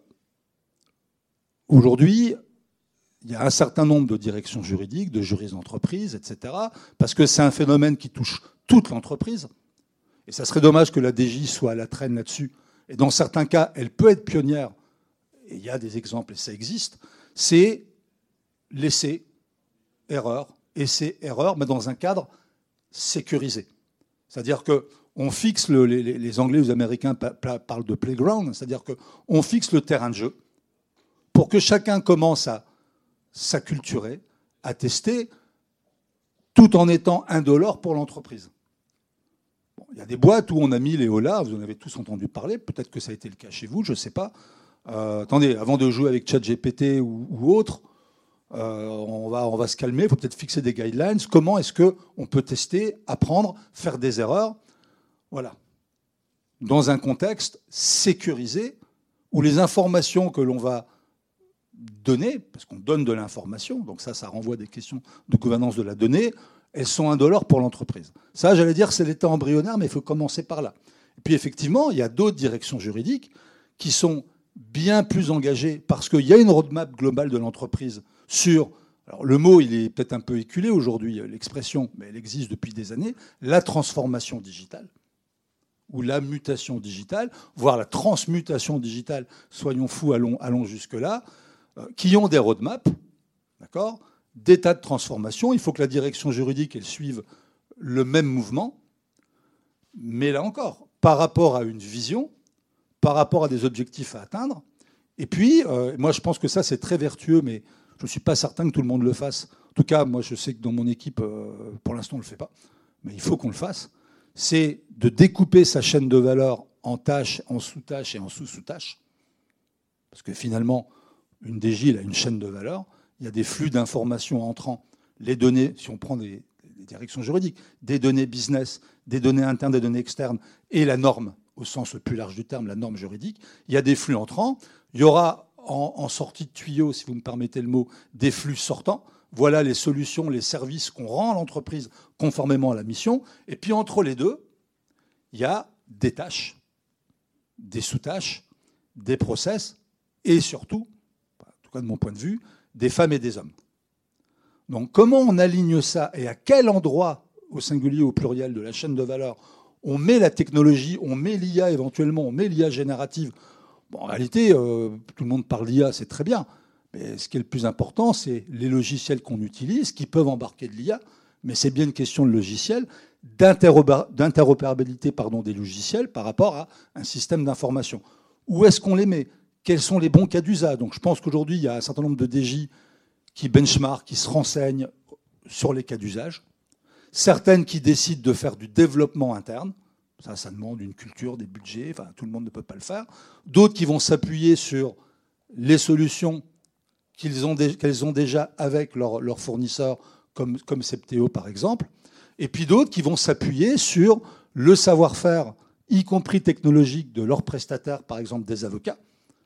aujourd'hui, il y a un certain nombre de directions juridiques, de juristes d'entreprise, et cetera, parce que c'est un phénomène qui touche toute l'entreprise. Et ça serait dommage que la D J soit à la traîne là-dessus. Et dans certains cas, elle peut être pionnière. Et il y a des exemples, et ça existe. C'est l'essai, erreur, essai, erreur, mais dans un cadre sécurisé. C'est-à-dire qu'on fixe, le, les, les Anglais ou les Américains parlent de playground, c'est-à-dire qu'on fixe le terrain de jeu pour que chacun commence à s'acculturer, à tester, tout en étant indolore pour l'entreprise. Bon, il y a des boîtes où on a mis les holà, vous en avez tous entendu parler, peut-être que ça a été le cas chez vous, je ne sais pas. Euh, attendez, avant de jouer avec ChatGPT ou, ou autre, euh, on, va, on va se calmer, il faut peut-être fixer des guidelines. Comment est-ce qu'on peut tester, apprendre, faire des erreurs ? Voilà. Dans un contexte sécurisé, où les informations que l'on va données, parce qu'on donne de l'information, donc ça, ça renvoie à des questions de gouvernance de la donnée, elles sont indolores pour l'entreprise. Ça, j'allais dire, c'est l'état embryonnaire, mais il faut commencer par là. Et puis, effectivement, il y a d'autres directions juridiques qui sont bien plus engagées, parce qu'il y a une roadmap globale de l'entreprise sur, alors le mot, il est peut-être un peu éculé aujourd'hui, l'expression, mais elle existe depuis des années, la transformation digitale, ou la mutation digitale, voire la transmutation digitale, soyons fous, allons, allons jusque-là, qui ont des roadmaps, d'accord, d'état de transformation. Il faut que la direction juridique elle suive le même mouvement. Mais là encore, par rapport à une vision, par rapport à des objectifs à atteindre. Et puis, euh, moi, je pense que ça, c'est très vertueux, mais je ne suis pas certain que tout le monde le fasse. En tout cas, moi, je sais que dans mon équipe, euh, pour l'instant, on ne le fait pas. Mais il faut qu'on le fasse. C'est de découper sa chaîne de valeur en tâches, en sous-tâches et en sous-sous-tâches. Parce que finalement, une D J, il a une chaîne de valeur. Il y a des flux d'informations entrant. Les données, si on prend des, des directions juridiques, des données business, des données internes, des données externes, et la norme, au sens le plus large du terme, la norme juridique, il y a des flux entrants. Il y aura en, en sortie de tuyau, si vous me permettez le mot, des flux sortants. Voilà les solutions, les services qu'on rend à l'entreprise conformément à la mission. Et puis entre les deux, il y a des tâches, des sous-tâches, des process, et surtout, en tout cas de mon point de vue, des femmes et des hommes. Donc comment on aligne ça et à quel endroit, au singulier ou au pluriel de la chaîne de valeur, on met la technologie, on met l'I A éventuellement, on met l'I A générative. Bon, en réalité, euh, tout le monde parle d'I A, c'est très bien. Mais ce qui est le plus important, c'est les logiciels qu'on utilise, qui peuvent embarquer de l'I A, mais c'est bien une question de logiciel, d'interopérabilité pardon, des logiciels par rapport à un système d'information. Où est-ce qu'on les met ? Quels sont les bons cas d'usage ? Donc je pense qu'aujourd'hui, il y a un certain nombre de D J qui benchmark, qui se renseignent sur les cas d'usage. Certaines qui décident de faire du développement interne. Ça, ça demande une culture, des budgets. Enfin, tout le monde ne peut pas le faire. D'autres qui vont s'appuyer sur les solutions qu'ils ont, qu'elles ont déjà avec leurs leur fournisseurs, comme, comme Septéo par exemple. Et puis d'autres qui vont s'appuyer sur le savoir-faire, y compris technologique, de leurs prestataires, par exemple des avocats.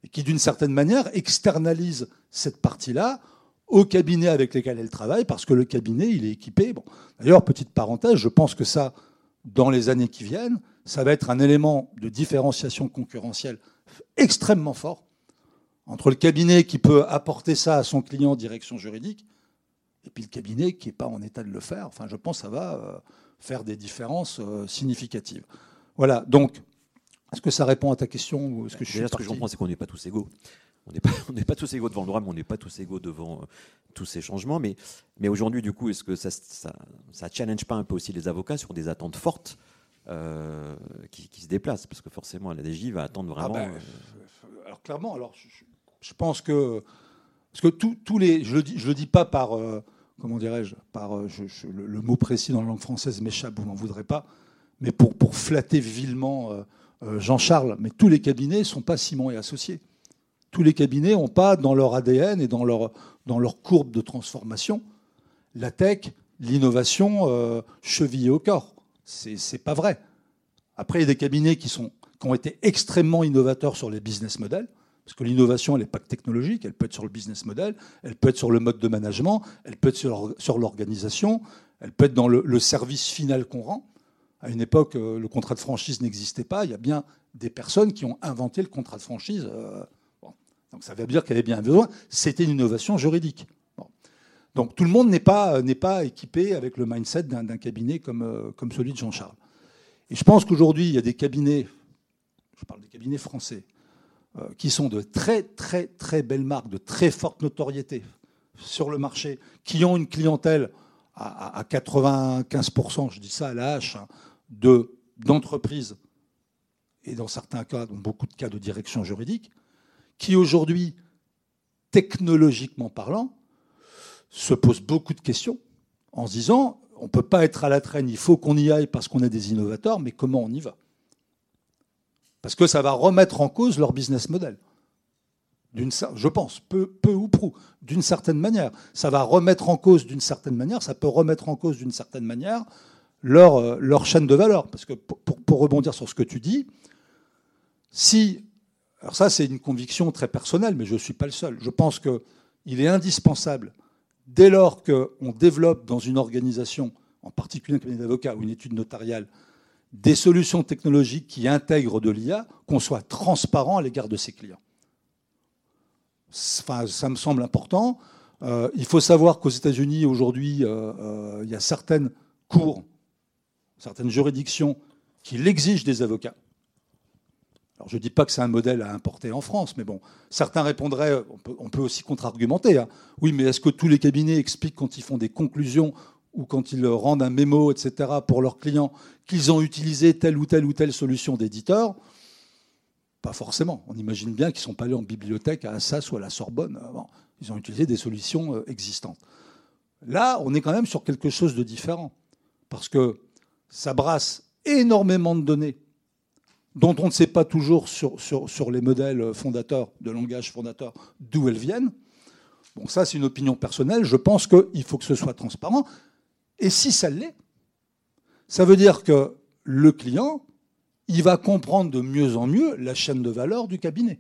et qui, d'une certaine manière, externalise cette partie-là aux cabinets avec lesquels elle travaille, parce que le cabinet, il est équipé. Bon. D'ailleurs, petite parenthèse, je pense que ça, dans les années qui viennent, ça va être un élément de différenciation concurrentielle extrêmement fort entre le cabinet qui peut apporter ça à son client, direction juridique, et puis le cabinet qui n'est pas en état de le faire. Enfin, je pense que ça va euh, faire des différences euh, significatives. Voilà, donc, est-ce que ça répond à ta question ou est-ce que je suis Déjà, ce que parti je comprends, c'est qu'on n'est pas tous égaux. On n'est pas, on n'est pas tous égaux devant le droit, mais on n'est pas tous égaux devant euh, tous ces changements. Mais, mais aujourd'hui, du coup, est-ce que ça, ça, ça challenge pas un peu aussi les avocats sur des attentes fortes euh, qui, qui se déplacent? Parce que forcément, la D J va attendre vraiment. Ah ben, euh... Alors clairement, alors je, je pense que parce que tous les, je le dis, je le dis pas par euh, comment dirais-je, par euh, je, je, le, le mot précis dans la langue française m'échappe, vous m'en voudrez pas, mais pour pour flatter vilement euh, euh, Jean-Charles, mais tous les cabinets sont pas Simon et Associés. Tous les cabinets n'ont pas dans leur A D N et dans leur, dans leur courbe de transformation la tech, l'innovation euh, chevillée au corps. C'est, c'est pas vrai. Après, il y a des cabinets qui, sont, qui ont été extrêmement innovateurs sur les business models, parce que l'innovation, elle n'est pas que technologique, elle peut être sur le business model, elle peut être sur le mode de management, elle peut être sur, sur l'organisation, elle peut être dans le, le service final qu'on rend. À une époque, euh, le contrat de franchise n'existait pas. Il y a bien des personnes qui ont inventé le contrat de franchise. Euh, Donc ça veut dire qu'il y avait bien besoin. C'était une innovation juridique. Bon. Donc tout le monde n'est pas, n'est pas équipé avec le mindset d'un, d'un cabinet comme, euh, comme celui de Jean-Charles. Et je pense qu'aujourd'hui, il y a des cabinets, je parle des cabinets français, euh, qui sont de très, très, très belles marques, de très forte notoriété sur le marché, qui ont une clientèle à, à quatre-vingt-quinze pour cent, je dis ça à la hache, hein, de, d'entreprises, et dans certains cas, dans beaucoup de cas de direction juridique, qui aujourd'hui, technologiquement parlant, se pose beaucoup de questions en se disant on ne peut pas être à la traîne, il faut qu'on y aille parce qu'on est des innovateurs, mais comment on y va? Parce que ça va remettre en cause leur business model. D'une, je pense, peu, peu ou prou, d'une certaine manière. Ça va remettre en cause d'une certaine manière, ça peut remettre en cause d'une certaine manière leur, leur chaîne de valeur. Parce que pour, pour rebondir sur ce que tu dis, si... Alors ça, c'est une conviction très personnelle, mais je ne suis pas le seul. Je pense qu'il est indispensable, dès lors qu'on développe dans une organisation, en particulier un cabinet d'avocats ou une étude notariale, des solutions technologiques qui intègrent de l'I A, qu'on soit transparent à l'égard de ses clients. Enfin, ça me semble important. Euh, il faut savoir qu'aux États-Unis, aujourd'hui, euh, euh, il y a certaines cours, certaines juridictions qui l'exigent des avocats. Alors, je ne dis pas que c'est un modèle à importer en France, mais bon, certains répondraient, on peut, on peut aussi contre-argumenter, hein. Oui, mais est-ce que tous les cabinets expliquent quand ils font des conclusions ou quand ils rendent un mémo, et cetera, pour leurs clients, qu'ils ont utilisé telle ou telle ou telle solution d'éditeur? Pas forcément. On imagine bien qu'ils ne sont pas allés en bibliothèque à Assas ou à la Sorbonne. Bon, ils ont utilisé des solutions existantes. Là, on est quand même sur quelque chose de différent, parce que ça brasse énormément de données dont on ne sait pas toujours sur, sur, sur les modèles fondateurs, de langage fondateur, d'où elles viennent. Bon, ça, c'est une opinion personnelle. Je pense qu'il faut que ce soit transparent. Et si ça l'est, ça veut dire que le client, il va comprendre de mieux en mieux la chaîne de valeur du cabinet.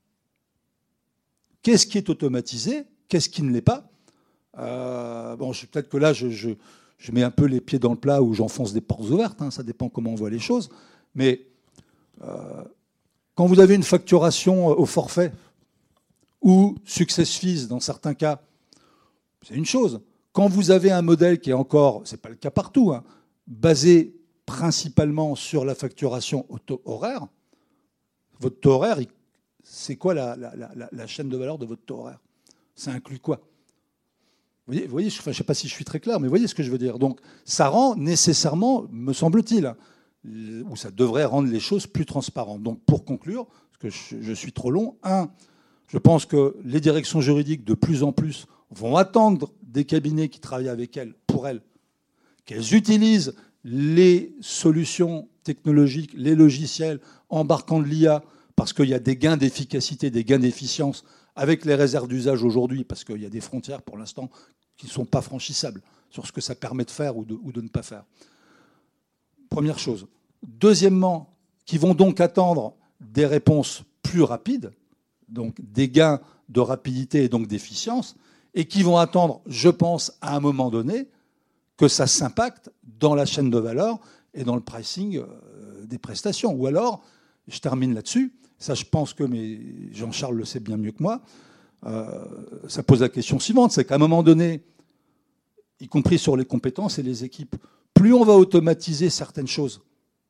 Qu'est-ce qui est automatisé? Qu'est-ce qui ne l'est pas? euh, Bon, peut-être que là, je, je, je mets un peu les pieds dans le plat ou j'enfonce des portes ouvertes. Hein, ça dépend comment on voit les choses. Mais... Euh, quand vous avez une facturation au forfait ou success fees dans certains cas, c'est une chose. Quand vous avez un modèle qui est encore, c'est pas le cas partout, hein, basé principalement sur la facturation au taux horaire, votre taux horaire, c'est quoi la, la, la, la chaîne de valeur de votre taux horaire? Ça inclut quoi? Vous voyez, vous voyez, je ne sais pas si je suis très clair, mais vous voyez ce que je veux dire. Donc ça rend nécessairement, me semble-t-il, où ça devrait rendre les choses plus transparentes. Donc, pour conclure, parce que je, je suis trop long, un, je pense que les directions juridiques, de plus en plus, vont attendre des cabinets qui travaillent avec elles, pour elles, qu'elles utilisent les solutions technologiques, les logiciels embarquant de l'I A, parce qu'il y a des gains d'efficacité, des gains d'efficience, avec les réserves d'usage aujourd'hui, parce qu'il y a des frontières, pour l'instant, qui ne sont pas franchissables sur ce que ça permet de faire ou de, ou de ne pas faire. Première chose. Deuxièmement, qui vont donc attendre des réponses plus rapides. donc des gains de rapidité et donc d'efficience, et qui vont attendre, je pense, à un moment donné, que ça s'impacte dans la chaîne de valeur et dans le pricing des prestations. Ou alors, je termine là-dessus, ça je pense que mais Jean-Charles le sait bien mieux que moi, euh, ça pose la question suivante, c'est qu'à un moment donné, y compris sur les compétences et les équipes, plus on va automatiser certaines choses,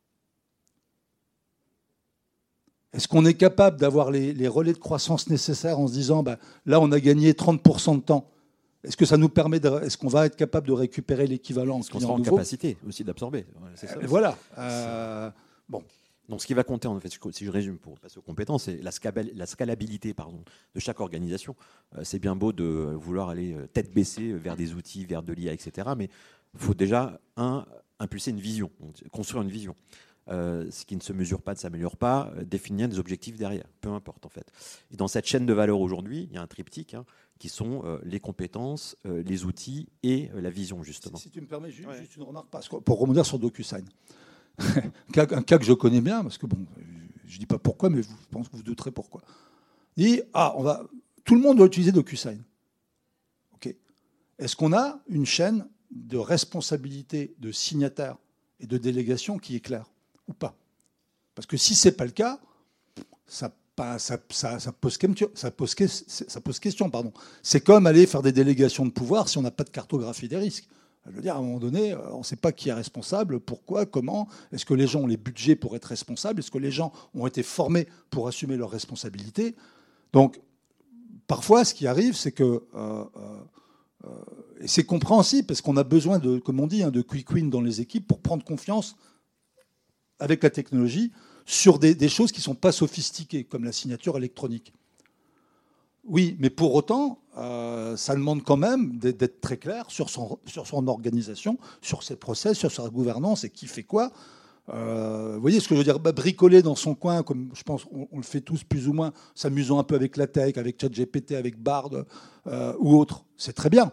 est-ce qu'on est capable d'avoir les, les relais de croissance nécessaires en se disant bah, là on a gagné trente pour cent de temps? Est-ce que ça nous permet de, est-ce qu'on va être capable de récupérer l'équivalent? Est-ce qu'on sera en capacité aussi d'absorber? C'est ça, euh, voilà. Euh, bon. Donc, ce qui va compter, en fait, si je résume pour passer aux compétences, c'est la, scala- la scalabilité pardon, de chaque organisation. Euh, c'est bien beau de vouloir aller tête baissée vers des outils, vers de l'I A, et cetera. Mais il faut déjà, un, impulser une vision, construire une vision. Euh, ce qui ne se mesure pas ne s'améliore pas, euh, définir des objectifs derrière, peu importe en fait. Et dans cette chaîne de valeur aujourd'hui, il y a un triptyque hein, qui sont euh, les compétences, euh, les outils et euh, la vision justement. Si, si tu me permets, juste, ouais. juste une remarque, parce que pour rebondir sur DocuSign, un, cas, un cas que je connais bien, parce que bon, je ne dis pas pourquoi, mais vous, je pense que vous douterez pourquoi. Il dit, ah, on va, tout le monde doit utiliser DocuSign. Ok. Est-ce qu'on a une chaîne de responsabilité de signataire et de délégation qui est claire ou pas? Parce que si ce n'est pas le cas, ça, ça, ça, ça, pose, ça, pose, ça pose question. Pardon. C'est comme aller faire des délégations de pouvoir si on n'a pas de cartographie des risques. Je veux dire, à un moment donné, on ne sait pas qui est responsable, pourquoi, comment. Est-ce que les gens ont les budgets pour être responsables? Est-ce que les gens ont été formés pour assumer leurs responsabilités? Donc, parfois, ce qui arrive, c'est que... Euh, euh, et c'est compréhensible, parce qu'on a besoin, de, comme on dit, hein, de quick win dans les équipes pour prendre confiance avec la technologie sur des, des choses qui ne sont pas sophistiquées, comme la signature électronique. Oui, mais pour autant, euh, ça demande quand même d'être très clair sur son, sur son organisation, sur ses process, sur sa gouvernance et qui fait quoi. Euh, vous voyez ce que je veux dire? Bah, bricoler dans son coin, comme je pense on, on le fait tous plus ou moins, s'amusant un peu avec la tech, avec ChatGPT, avec Bard euh, ou autre, c'est très bien.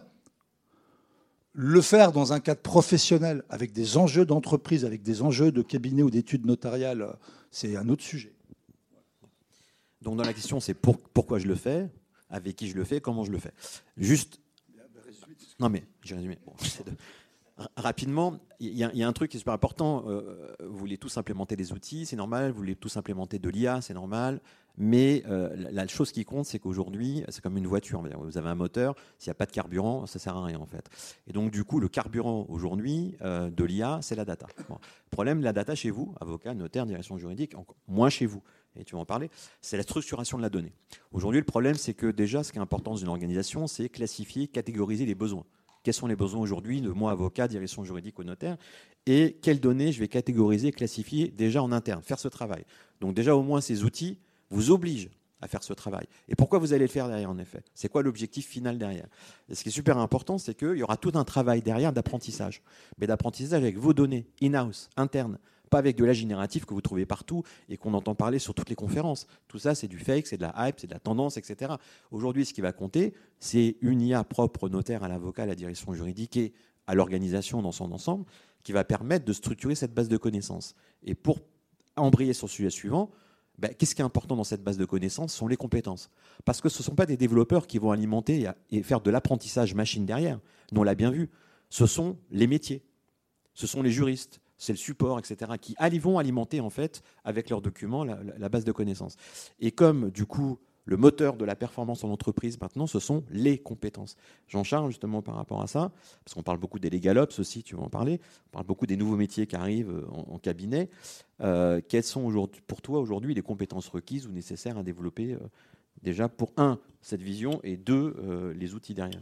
Le faire dans un cadre professionnel, avec des enjeux d'entreprise, avec des enjeux de cabinet ou d'études notariales, c'est un autre sujet. Donc dans la question, c'est pour, pourquoi je le fais, avec qui je le fais, comment je le fais. Juste... Non mais, j'ai résumé. Bon, de... Rapidement, il y, y a un truc qui est super important. Euh, vous voulez tous implémenter des outils, c'est normal. Vous voulez tous implémenter de l'I A, c'est normal. Mais euh, la, la chose qui compte, c'est qu'aujourd'hui, c'est comme une voiture. Vous avez un moteur, s'il n'y a pas de carburant, ça ne sert à rien en fait. Et donc du coup, le carburant aujourd'hui euh, de l'I A, c'est la data. Bon. Problème, la data chez vous, avocat, notaire, direction juridique, encore moins chez vous. Et tu vas en parler, c'est la structuration de la donnée. Aujourd'hui, le problème, c'est que déjà, ce qui est important dans une organisation, c'est classifier, catégoriser les besoins. Quels sont les besoins aujourd'hui de moi, avocat, direction juridique ou notaire, et quelles données je vais catégoriser, classifier déjà en interne, faire ce travail. Donc déjà, au moins, ces outils vous obligent à faire ce travail. Et pourquoi vous allez le faire derrière, en effet? C'est quoi l'objectif final derrière? Et ce qui est super important, c'est qu'il y aura tout un travail derrière d'apprentissage. Mais d'apprentissage avec vos données, in-house, internes, pas avec de la générative que vous trouvez partout et qu'on entend parler sur toutes les conférences. Tout ça, c'est du fake, c'est de la hype, c'est de la tendance, et cetera. Aujourd'hui, ce qui va compter, c'est une I A propre au notaire, à l'avocat, à la direction juridique et à l'organisation dans son ensemble qui va permettre de structurer cette base de connaissances. Et pour embrayer sur le sujet suivant, ben, qu'est-ce qui est important dans cette base de connaissances? Ce sont les compétences. Parce que ce ne sont pas des développeurs qui vont alimenter et faire de l'apprentissage machine derrière. Nous, on l'a bien vu. Ce sont les métiers. Ce sont les juristes. C'est le support, et cetera, qui vont alimenter en fait avec leurs documents la, la base de connaissances. Et comme du coup le moteur de la performance en entreprise maintenant, ce sont les compétences. Jean-Charles, justement par rapport à ça, parce qu'on parle beaucoup des legal ops aussi, tu vas en parler, on parle beaucoup des nouveaux métiers qui arrivent en, en cabinet. Euh, quelles sont aujourd'hui, pour toi aujourd'hui les compétences requises ou nécessaires à développer euh, déjà pour un, cette vision et deux, euh, les outils derrière?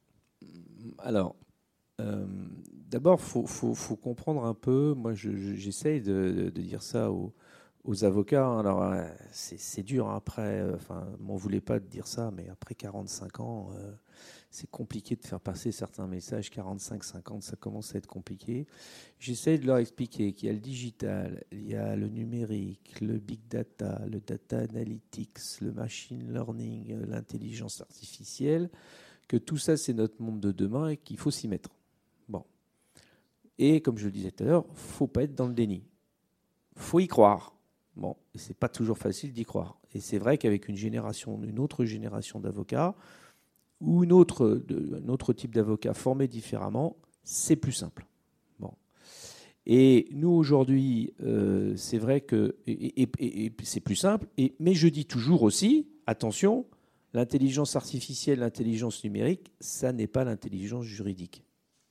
Alors, Euh, d'abord, il faut, faut, faut comprendre un peu, moi je, je, j'essaye de, de dire ça aux, aux avocats, alors euh, c'est, c'est dur hein, après, euh, enfin, m'en voulez pas de dire ça, mais après quarante-cinq ans, euh, c'est compliqué de faire passer certains messages, quarante-cinq cinquante, ça commence à être compliqué. J'essaye de leur expliquer qu'il y a le digital, il y a le numérique, le big data, le data analytics, le machine learning, l'intelligence artificielle, que tout ça c'est notre monde de demain et qu'il faut s'y mettre. Bon. Et comme je le disais tout à l'heure, il ne faut pas être dans le déni. Il faut y croire. Bon, et ce n'est pas toujours facile d'y croire. Et c'est vrai qu'avec une génération, une autre génération d'avocats ou une autre, de, un autre type d'avocat formé différemment, c'est plus simple. Bon. Et nous, aujourd'hui, euh, c'est vrai que et, et, et, et c'est plus simple. Et, mais je dis toujours aussi, attention, l'intelligence artificielle, l'intelligence numérique, ça n'est pas l'intelligence juridique.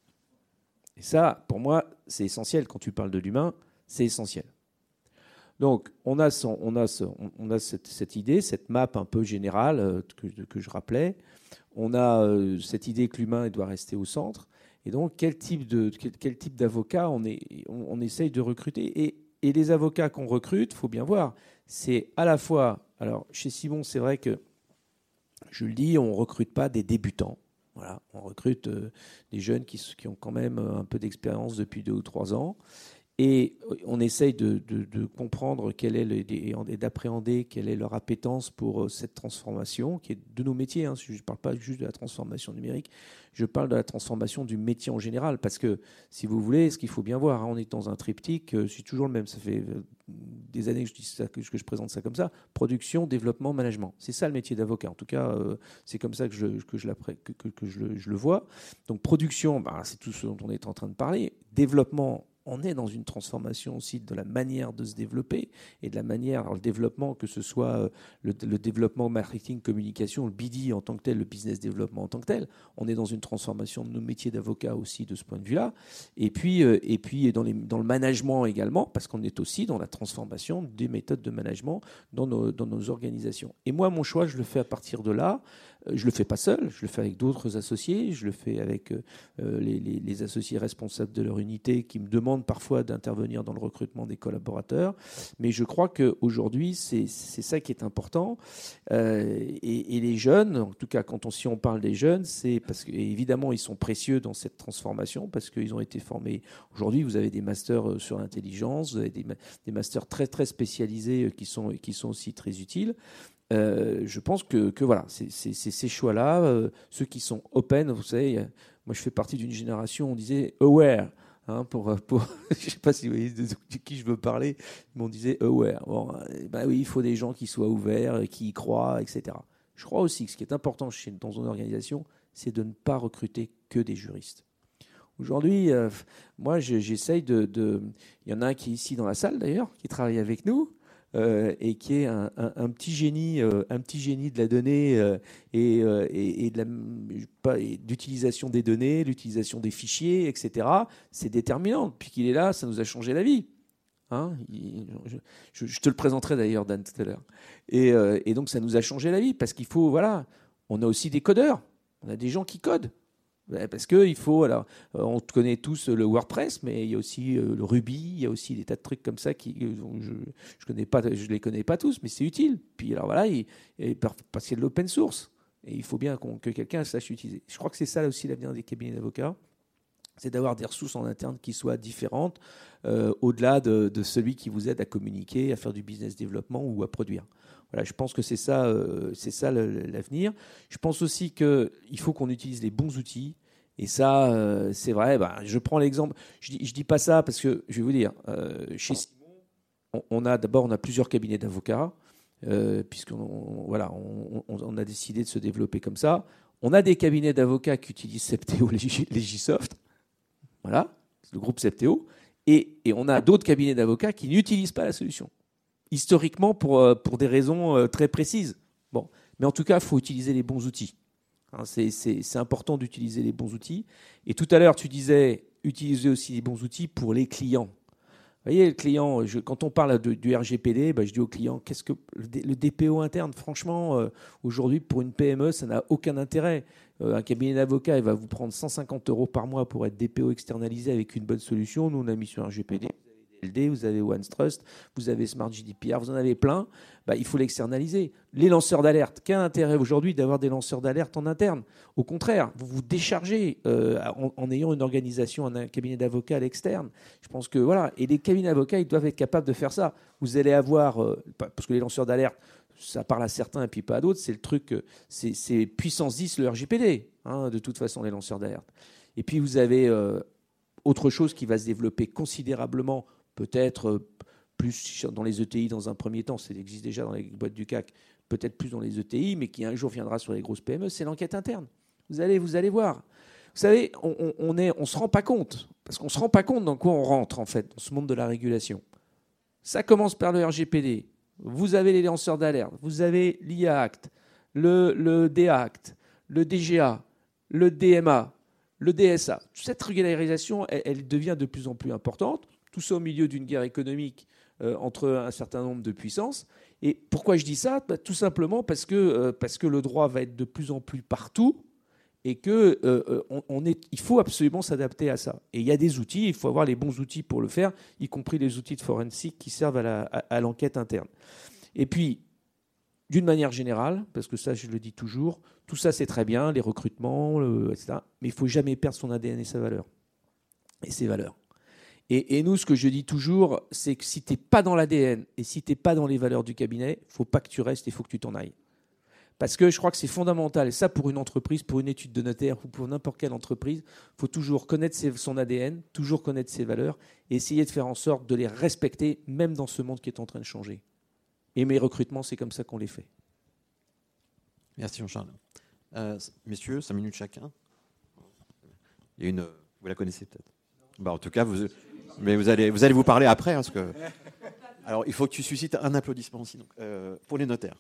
Et ça, pour moi, c'est essentiel. Quand tu parles de l'humain, c'est essentiel. Donc, on a, son, on a, ce, on a cette, cette idée, cette map un peu générale euh, que, que je rappelais. On a euh, cette idée que l'humain doit rester au centre. Et donc, quel type, de, quel, quel type d'avocat on, est, on, on essaye de recruter. Et, et les avocats qu'on recrute, il faut bien voir, c'est à la fois... Alors, chez Simon, c'est vrai que, je le dis, on ne recrute pas des débutants. Voilà, on recrute euh, des jeunes qui, qui ont quand même un peu d'expérience depuis deux ou trois ans. Et on essaye de, de, de comprendre quelle est le, et d'appréhender quelle est leur appétence pour cette transformation qui est de nos métiers. Hein. Je ne parle pas juste de la transformation numérique, je parle de la transformation du métier en général. Parce que, si vous voulez, ce qu'il faut bien voir, hein, on est dans un triptyque, je suis toujours le même, ça fait des années que je, dis ça, que je présente ça comme ça, production, développement, management. C'est ça le métier d'avocat. En tout cas, euh, c'est comme ça que je, que je, que, que, que je, le, je le vois. Donc production, bah, c'est tout ce dont on est en train de parler. Développement, on est dans une transformation aussi de la manière de se développer et de la manière, alors le développement, que ce soit le, le développement marketing, communication, le B D en tant que tel, le business développement en tant que tel. On est dans une transformation de nos métiers d'avocat aussi de ce point de vue-là. Et puis, euh, et puis dans, les, dans le management également, parce qu'on est aussi dans la transformation des méthodes de management dans nos, dans nos organisations. Et moi, mon choix, je le fais à partir de là. Je ne le fais pas seul, je le fais avec d'autres associés, je le fais avec euh, les, les, les associés responsables de leur unité qui me demandent parfois d'intervenir dans le recrutement des collaborateurs. Mais je crois qu'aujourd'hui, c'est, c'est ça qui est important. Euh, et, et les jeunes, en tout cas, quand on, si on parle des jeunes, c'est parce qu'évidemment, ils sont précieux dans cette transformation parce qu'ils ont été formés. Aujourd'hui, vous avez des masters sur l'intelligence, vous avez des, des masters très, très spécialisés qui sont, qui sont aussi très utiles. Euh, je pense que, que voilà, c'est, c'est, c'est ces choix-là, euh, ceux qui sont open, vous savez, euh, moi je fais partie d'une génération, on disait aware, hein, pour, pour je ne sais pas si vous voyez de, de qui je veux parler, mais on disait aware. Bon, euh, ben oui, il faut des gens qui soient ouverts, qui y croient, et cetera. Je crois aussi que ce qui est important chez, dans une organisation, c'est de ne pas recruter que des juristes. Aujourd'hui, euh, moi je, j'essaye de, de... Il y en a un qui est ici dans la salle d'ailleurs, qui travaille avec nous. Euh, et qui est un, un, un petit génie, euh, un petit génie de la donnée euh, et, euh, et, et, de la, pas, et d'utilisation des données, l'utilisation des fichiers, et cetera. C'est déterminant. Depuis qu'il est là, ça nous a changé la vie. Hein, il, je, je te le présenterai d'ailleurs, Dan, tout à l'heure. Et, euh, et donc, ça nous a changé la vie parce qu'il faut, voilà, on a aussi des codeurs. On a des gens qui codent. Parce qu'il faut, alors, on connaît tous le WordPress, mais il y a aussi le Ruby, il y a aussi des tas de trucs comme ça qui, je je connais pas, je les connais pas tous, mais c'est utile. Puis alors voilà, il, parce qu'il y a de l'open source, et il faut bien qu'on, que quelqu'un sache l'utiliser. Je crois que c'est ça aussi l'avenir des cabinets d'avocats, c'est d'avoir des ressources en interne qui soient différentes, euh, au-delà de, de celui qui vous aide à communiquer, à faire du business développement ou à produire. Voilà, je pense que c'est ça, euh, c'est ça le, l'avenir. Je pense aussi qu'il faut qu'on utilise les bons outils. Et ça, euh, c'est vrai. Bah, je prends l'exemple. Je dis, je dis pas ça parce que je vais vous dire. Euh, chez Simon, on, on a d'abord on a plusieurs cabinets d'avocats, euh, puisqu'on voilà, on, on, on a décidé de se développer comme ça. On a des cabinets d'avocats qui utilisent Septéo, Legisoft. Voilà, c'est le groupe Septéo. Et, et on a d'autres cabinets d'avocats qui n'utilisent pas la solution. Historiquement, pour, pour des raisons très précises. Bon. Mais en tout cas, il faut utiliser les bons outils. Hein, c'est, c'est, c'est important d'utiliser les bons outils. Et tout à l'heure, tu disais, utiliser aussi les bons outils pour les clients. Vous voyez, le client, je, quand on parle de, du R G P D, ben, je dis au client, qu'est-ce que le, le D P O interne, franchement, euh, aujourd'hui, pour une P M E, ça n'a aucun intérêt. Euh, un cabinet d'avocat, il va vous prendre cent cinquante euros par mois pour être D P O externalisé avec une bonne solution. Nous, on a mis sur un R G P D. Vous avez OneTrust, vous avez Smart G D P R, vous en avez plein, bah, il faut l'externaliser. Les lanceurs d'alerte, quel intérêt aujourd'hui d'avoir des lanceurs d'alerte en interne ? Au contraire, vous vous déchargez euh, en, en ayant une organisation, un cabinet d'avocats à l'externe. Je pense que voilà, et les cabinets d'avocats, ils doivent être capables de faire ça. Vous allez avoir, euh, parce que les lanceurs d'alerte, ça parle à certains et puis pas à d'autres, c'est le truc, c'est, c'est puissance dix le R G P D, hein, de toute façon, les lanceurs d'alerte. Et puis vous avez euh, autre chose qui va se développer considérablement, peut-être plus dans les E T I dans un premier temps, ça existe déjà dans les boîtes du C A C, peut-être plus dans les E T I, mais qui un jour viendra sur les grosses P M E, c'est l'enquête interne. Vous allez, vous allez voir. Vous savez, on on, est, on se rend pas compte, parce qu'on se rend pas compte dans quoi on rentre, en fait, dans ce monde de la régulation. Ça commence par le R G P D. Vous avez les lanceurs d'alerte, vous avez l'I A Act, le, le D A Act, le D G A, le D M A, le D S A. Cette régularisation, elle, elle devient de plus en plus importante. Tout ça au milieu d'une guerre économique euh, entre un certain nombre de puissances. Et pourquoi je dis ça ? Bah, tout simplement parce que, euh, parce que le droit va être de plus en plus partout et qu'il euh, on, on est, il faut absolument s'adapter à ça. Et il y a des outils, il faut avoir les bons outils pour le faire, y compris les outils de forensique qui servent à, la, à, à l'enquête interne. Et puis, d'une manière générale, parce que ça je le dis toujours, tout ça c'est très bien, les recrutements, le, et cetera. Mais il ne faut jamais perdre son A D N et sa valeur. Et ses valeurs. Et, et nous, ce que je dis toujours, c'est que si tu n'es pas dans l'A D N et si tu n'es pas dans les valeurs du cabinet, il ne faut pas que tu restes, il faut que tu t'en ailles. Parce que je crois que c'est fondamental, et ça pour une entreprise, pour une étude de notaire ou pour n'importe quelle entreprise, il faut toujours connaître ses, son A D N, toujours connaître ses valeurs et essayer de faire en sorte de les respecter, même dans ce monde qui est en train de changer. Et mes recrutements, c'est comme ça qu'on les fait. Merci Jean-Charles. Euh, messieurs, cinq minutes chacun. Il y a une, vous la connaissez peut-être. Bah, en tout cas, vous, mais vous allez, vous allez vous parler après. Parce que, alors, il faut que tu suscites un applaudissement aussi donc, euh, pour les notaires.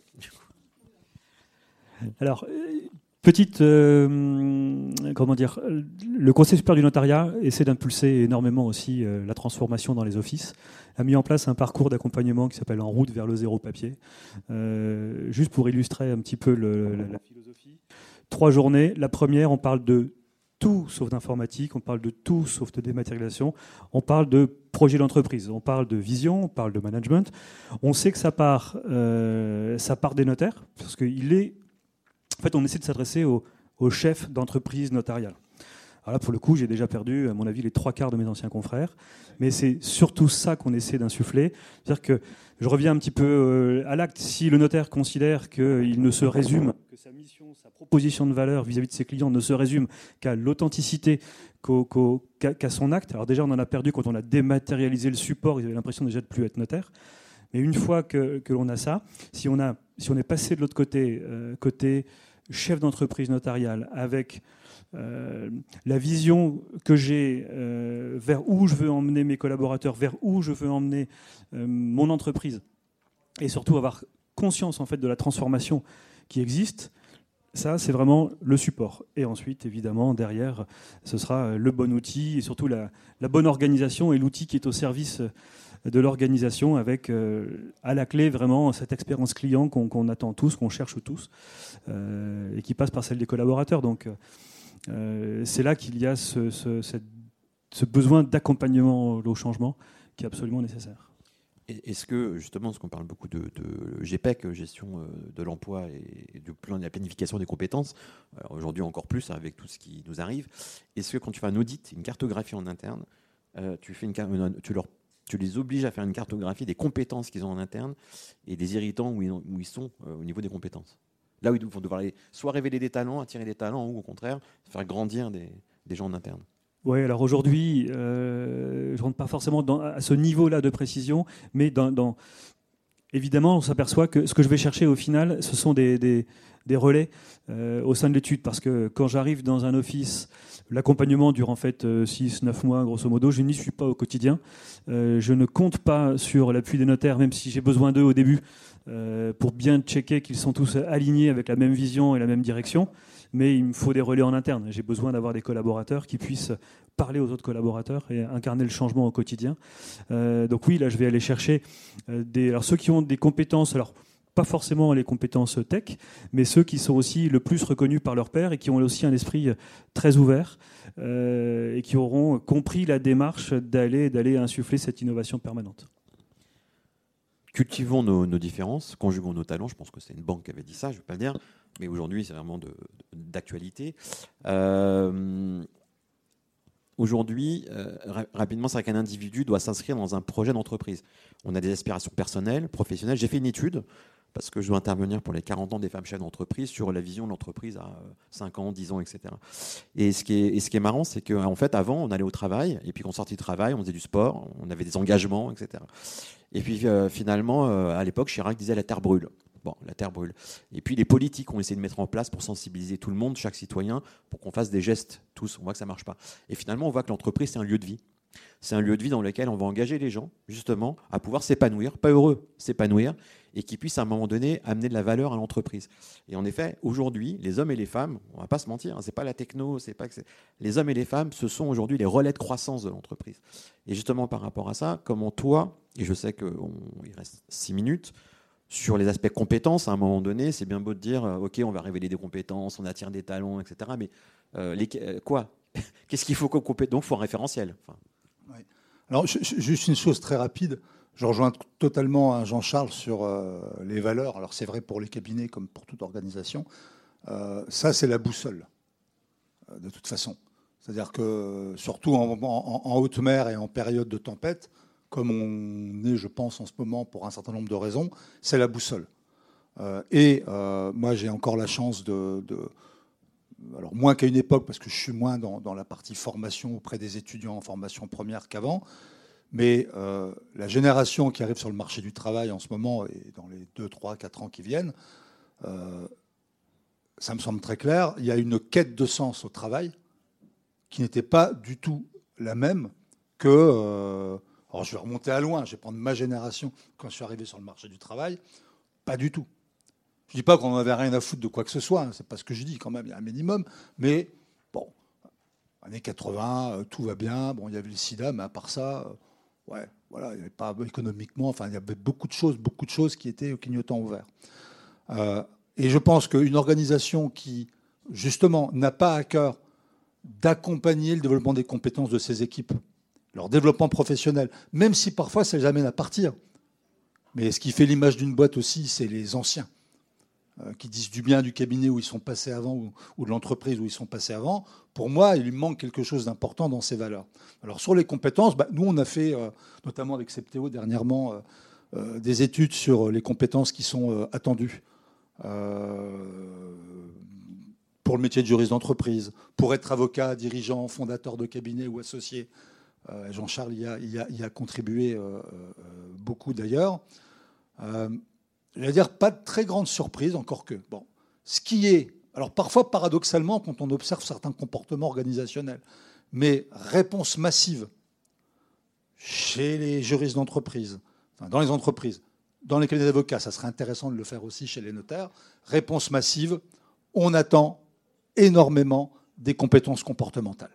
Alors, petite, euh, comment dire, le Conseil supérieur du notariat essaie d'impulser énormément aussi euh, la transformation dans les offices, a mis en place un parcours d'accompagnement qui s'appelle En route vers le zéro papier. Euh, juste pour illustrer un petit peu le, la, la philosophie. Trois journées. La première, on parle de tout sauf d'informatique, on parle de tout sauf de dématérialisation, on parle de projet d'entreprise, on parle de vision, on parle de management. On sait que ça part, euh, ça part des notaires, parce qu'il est... En fait, on essaie de s'adresser aux, aux chefs d'entreprise notariale. Alors là, pour le coup, j'ai déjà perdu, à mon avis, les trois quarts de mes anciens confrères. Mais c'est surtout ça qu'on essaie d'insuffler. C'est-à-dire que, je reviens un petit peu à l'acte, si le notaire considère qu'il ne se résume, que sa mission, sa proposition de valeur vis-à-vis de ses clients ne se résume qu'à l'authenticité, qu'au, qu'au, qu'à son acte. Alors déjà, on en a perdu quand on a dématérialisé le support, ils avaient l'impression déjà de ne plus être notaire. Mais une fois que, que l'on a ça, si on, a, si on est passé de l'autre côté, euh, côté chef d'entreprise notariale, avec euh, la vision que j'ai euh, vers où je veux emmener mes collaborateurs, vers où je veux emmener euh, mon entreprise, et surtout avoir conscience en fait de la transformation qui existe, ça c'est vraiment le support. Et ensuite, évidemment, derrière, ce sera le bon outil et surtout la, la bonne organisation et l'outil qui est au service de l'organisation avec euh, à la clé vraiment cette expérience client qu'on, qu'on attend tous, qu'on cherche tous euh, et qui passe par celle des collaborateurs. Donc euh, c'est là qu'il y a ce, ce, cette, ce besoin d'accompagnement au changement qui est absolument nécessaire. Est-ce que, justement, parce qu'on parle beaucoup de, de G P E C, gestion de l'emploi et du plan de la planification des compétences, aujourd'hui encore plus avec tout ce qui nous arrive, est-ce que quand tu fais un audit, une cartographie en interne, euh, tu, fais une, tu, leur, tu les obliges à faire une cartographie des compétences qu'ils ont en interne et des irritants où ils, où ils sont euh, au niveau des compétences? Là où ils vont devoir aller, soit révéler des talents, attirer des talents, ou au contraire, faire grandir des, des gens en interne. Oui, alors aujourd'hui, euh, je ne rentre pas forcément dans, à ce niveau-là de précision, mais dans, dans, évidemment, on s'aperçoit que ce que je vais chercher au final, ce sont des, des, des relais euh, au sein de l'étude. Parce que quand j'arrive dans un office, l'accompagnement dure en fait six neuf mois, grosso modo. Je n'y suis pas au quotidien. Euh, je ne compte pas sur l'appui des notaires, même si j'ai besoin d'eux au début, euh, pour bien checker qu'ils sont tous alignés avec la même vision et la même direction. Mais il me faut des relais en interne. J'ai besoin d'avoir des collaborateurs qui puissent parler aux autres collaborateurs et incarner le changement au quotidien. Euh, donc oui, là, je vais aller chercher des, alors ceux qui ont des compétences, alors pas forcément les compétences tech, mais ceux qui sont aussi le plus reconnus par leurs pairs et qui ont aussi un esprit très ouvert euh, et qui auront compris la démarche d'aller, d'aller insuffler cette innovation permanente. Cultivons nos, nos différences, conjuguons nos talents. Je pense que c'est une banque qui avait dit ça, je ne vais pas le dire, mais aujourd'hui, c'est vraiment de, de, d'actualité. Euh, aujourd'hui, euh, ra- rapidement, c'est vrai qu'un individu doit s'inscrire dans un projet d'entreprise. On a des aspirations personnelles, professionnelles. J'ai fait une étude parce que je dois intervenir pour les quarante ans des femmes chefs d'entreprise sur la vision de l'entreprise à cinq ans, dix ans, et cetera. Et ce qui est, et ce qui est marrant, c'est qu'en fait, avant, on allait au travail, et puis quand on sortait du travail, on faisait du sport, on avait des engagements, et cetera. Et puis euh, finalement, euh, à l'époque, Chirac disait « la terre brûle ». Bon, la terre brûle. Et puis les politiques ont essayé de mettre en place pour sensibiliser tout le monde, chaque citoyen, pour qu'on fasse des gestes, tous. On voit que ça ne marche pas. Et finalement, on voit que l'entreprise, c'est un lieu de vie. C'est un lieu de vie dans lequel on va engager les gens, justement, à pouvoir s'épanouir, pas heureux, s'épanouir, et qui puissent à un moment donné amener de la valeur à l'entreprise. Et en effet, aujourd'hui, les hommes et les femmes, on ne va pas se mentir, hein, c'est pas la techno, c'est pas que c'est... les hommes et les femmes, ce sont aujourd'hui les relais de croissance de l'entreprise. Et justement, par rapport à ça, comment toi, et je sais qu'il reste six minutes, sur les aspects compétences, à un moment donné, c'est bien beau de dire, euh, OK, on va révéler des compétences, on attire des talents, et cetera. Mais euh, les, euh, quoi Qu'est-ce qu'il faut comme compétence? Donc, il faut un référentiel. Enfin, Oui. Alors, juste une chose très rapide. Je rejoins totalement Jean-Charles sur euh, les valeurs. Alors, c'est vrai pour les cabinets comme pour toute organisation. Euh, ça, c'est la boussole, euh, de toute façon. C'est-à-dire que, surtout en, en, en haute mer et en période de tempête, comme on est, je pense, en ce moment, pour un certain nombre de raisons, c'est la boussole. Euh, et euh, moi, j'ai encore la chance de... de alors, moins qu'à une époque, parce que je suis moins dans, dans la partie formation auprès des étudiants en formation première qu'avant, mais euh, la génération qui arrive sur le marché du travail en ce moment, et dans les deux, trois, quatre ans qui viennent, euh, ça me semble très clair, il y a une quête de sens au travail qui n'était pas du tout la même que... Euh, alors je vais remonter à loin, je vais prendre ma génération quand je suis arrivé sur le marché du travail, pas du tout. Je ne dis pas qu'on n'avait rien à foutre de quoi que ce soit, hein, c'est pas ce que je dis quand même, il y a un minimum, mais bon, années quatre-vingts, tout va bien, bon, il y avait le sida, mais à part ça, ouais, voilà, il n'y avait pas économiquement, enfin, il y avait beaucoup de choses, beaucoup de choses qui étaient au clignotant ouvert. Euh, et je pense qu'une organisation qui, justement, n'a pas à cœur d'accompagner le développement des compétences de ses équipes, leur développement professionnel, même si parfois ça les amène à partir. Mais ce qui fait l'image d'une boîte aussi, c'est les anciens, euh, qui disent du bien du cabinet où ils sont passés avant ou, ou de l'entreprise où ils sont passés avant. Pour moi, il lui manque quelque chose d'important dans ces valeurs. Alors sur les compétences, bah, nous on a fait, euh, notamment avec Septéo dernièrement, euh, euh, des études sur les compétences qui sont euh, attendues euh, pour le métier de juriste d'entreprise, pour être avocat, dirigeant, fondateur de cabinet ou associé. Euh, Jean-Charles y a, y, a, y a contribué euh, euh, beaucoup d'ailleurs. Euh, je vais dire pas de très grande surprise, encore que. Bon, ce qui est, alors parfois paradoxalement, quand on observe certains comportements organisationnels, mais réponse massive chez les juristes d'entreprise, enfin dans les entreprises, dans les cabinets d'avocats, ça serait intéressant de le faire aussi chez les notaires. Réponse massive, on attend énormément des compétences comportementales.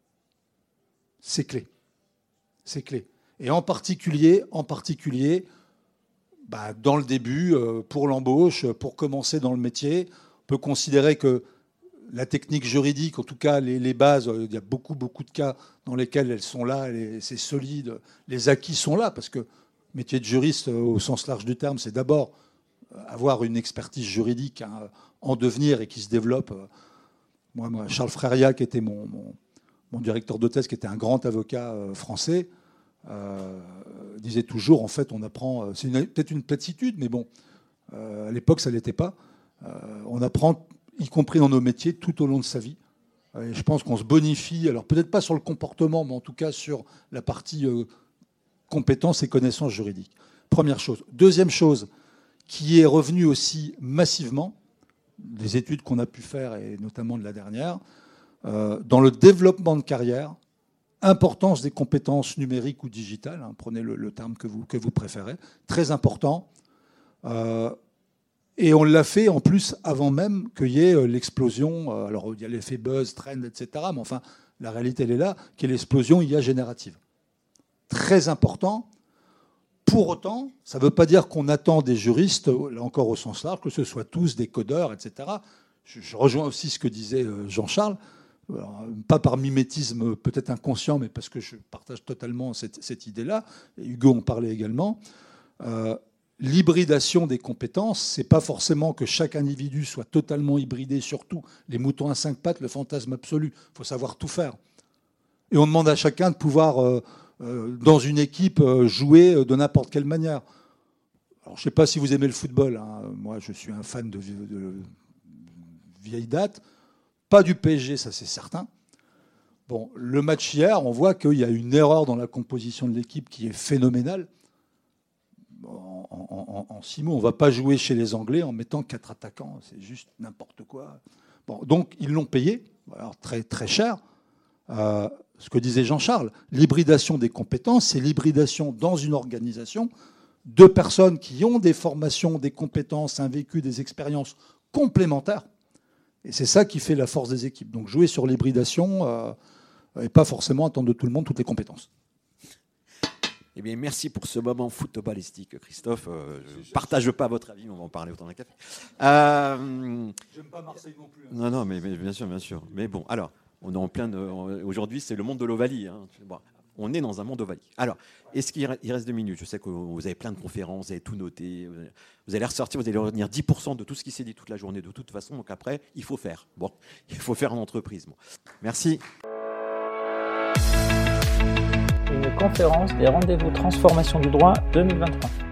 C'est clé. C'est clé. Et en particulier, en particulier bah, dans le début, euh, pour l'embauche, pour commencer dans le métier, on peut considérer que la technique juridique, en tout cas les, les bases, il y a beaucoup, beaucoup de cas dans lesquels elles sont là, les, c'est solide, les acquis sont là, parce que le métier de juriste, au sens large du terme, c'est d'abord avoir une expertise juridique hein, en devenir et qui se développe. Moi, moi Charles Fréria, qui était mon... mon Mon directeur de thèse, qui était un grand avocat euh, français, euh, disait toujours, en fait, on apprend... Euh, c'est une, peut-être une platitude, mais bon, euh, à l'époque, ça ne l'était pas. Euh, on apprend, y compris dans nos métiers, tout au long de sa vie. Et je pense qu'on se bonifie, alors peut-être pas sur le comportement, mais en tout cas sur la partie euh, compétences et connaissances juridiques. Première chose. Deuxième chose, qui est revenue aussi massivement, des études qu'on a pu faire, et notamment de la dernière, Euh, dans le développement de carrière, importance des compétences numériques ou digitales, hein, prenez le, le terme que vous, que vous préférez, très important. Euh, et on l'a fait en plus avant même qu'il y ait l'explosion, euh, alors il y a l'effet buzz, trend, et cetera, mais enfin, la réalité, elle est là, qui est l'explosion I A générative. Très important. Pour autant, ça ne veut pas dire qu'on attend des juristes, là encore au sens large, que ce soit tous des codeurs, et cetera. Je, je rejoins aussi ce que disait Jean-Charles. Alors, pas par mimétisme peut-être inconscient, mais parce que je partage totalement cette, cette idée-là. Et Hugo en parlait également. Euh, l'hybridation des compétences, c'est pas forcément que chaque individu soit totalement hybridé, surtout les moutons à cinq pattes, le fantasme absolu. Il faut savoir tout faire. Et on demande à chacun de pouvoir, euh, euh, dans une équipe, euh, jouer de n'importe quelle manière. Alors, je ne sais pas si vous aimez le football. Hein. Moi, je suis un fan de, de, de vieille date. Pas du P S G, ça c'est certain. Bon, le match hier, on voit qu'il y a une erreur dans la composition de l'équipe qui est phénoménale. En, en, en, en six mots, on ne va pas jouer chez les Anglais en mettant quatre attaquants. C'est juste n'importe quoi. Bon, donc, ils l'ont payé, alors très, très cher. Euh, ce que disait Jean-Charles, l'hybridation des compétences, c'est l'hybridation dans une organisation de personnes qui ont des formations, des compétences, un vécu, des expériences complémentaires. Et c'est ça qui fait la force des équipes. Donc jouer sur l'hybridation euh, et pas forcément attendre de tout le monde toutes les compétences. Eh bien, merci pour ce moment footballistique, Christophe. Euh, je ne partage pas votre avis, on va en parler autour d'un café. Euh... J'aime pas Marseille non plus. Hein. Non, non, mais, mais bien sûr, bien sûr. Mais bon, alors, on est en plein de... Aujourd'hui, c'est le monde de l'Ovalie. Hein. Bon, on est dans un monde Ovalie. Alors, est-ce qu'il reste deux minutes? Je sais que vous avez plein de conférences, vous avez tout noté. Vous allez ressortir, vous allez retenir dix pour cent de tout ce qui s'est dit toute la journée, de toute façon. Donc après, il faut faire. Bon, il faut faire en entreprise. Bon. Merci. Une conférence des rendez-vous transformation du droit deux mille vingt-trois.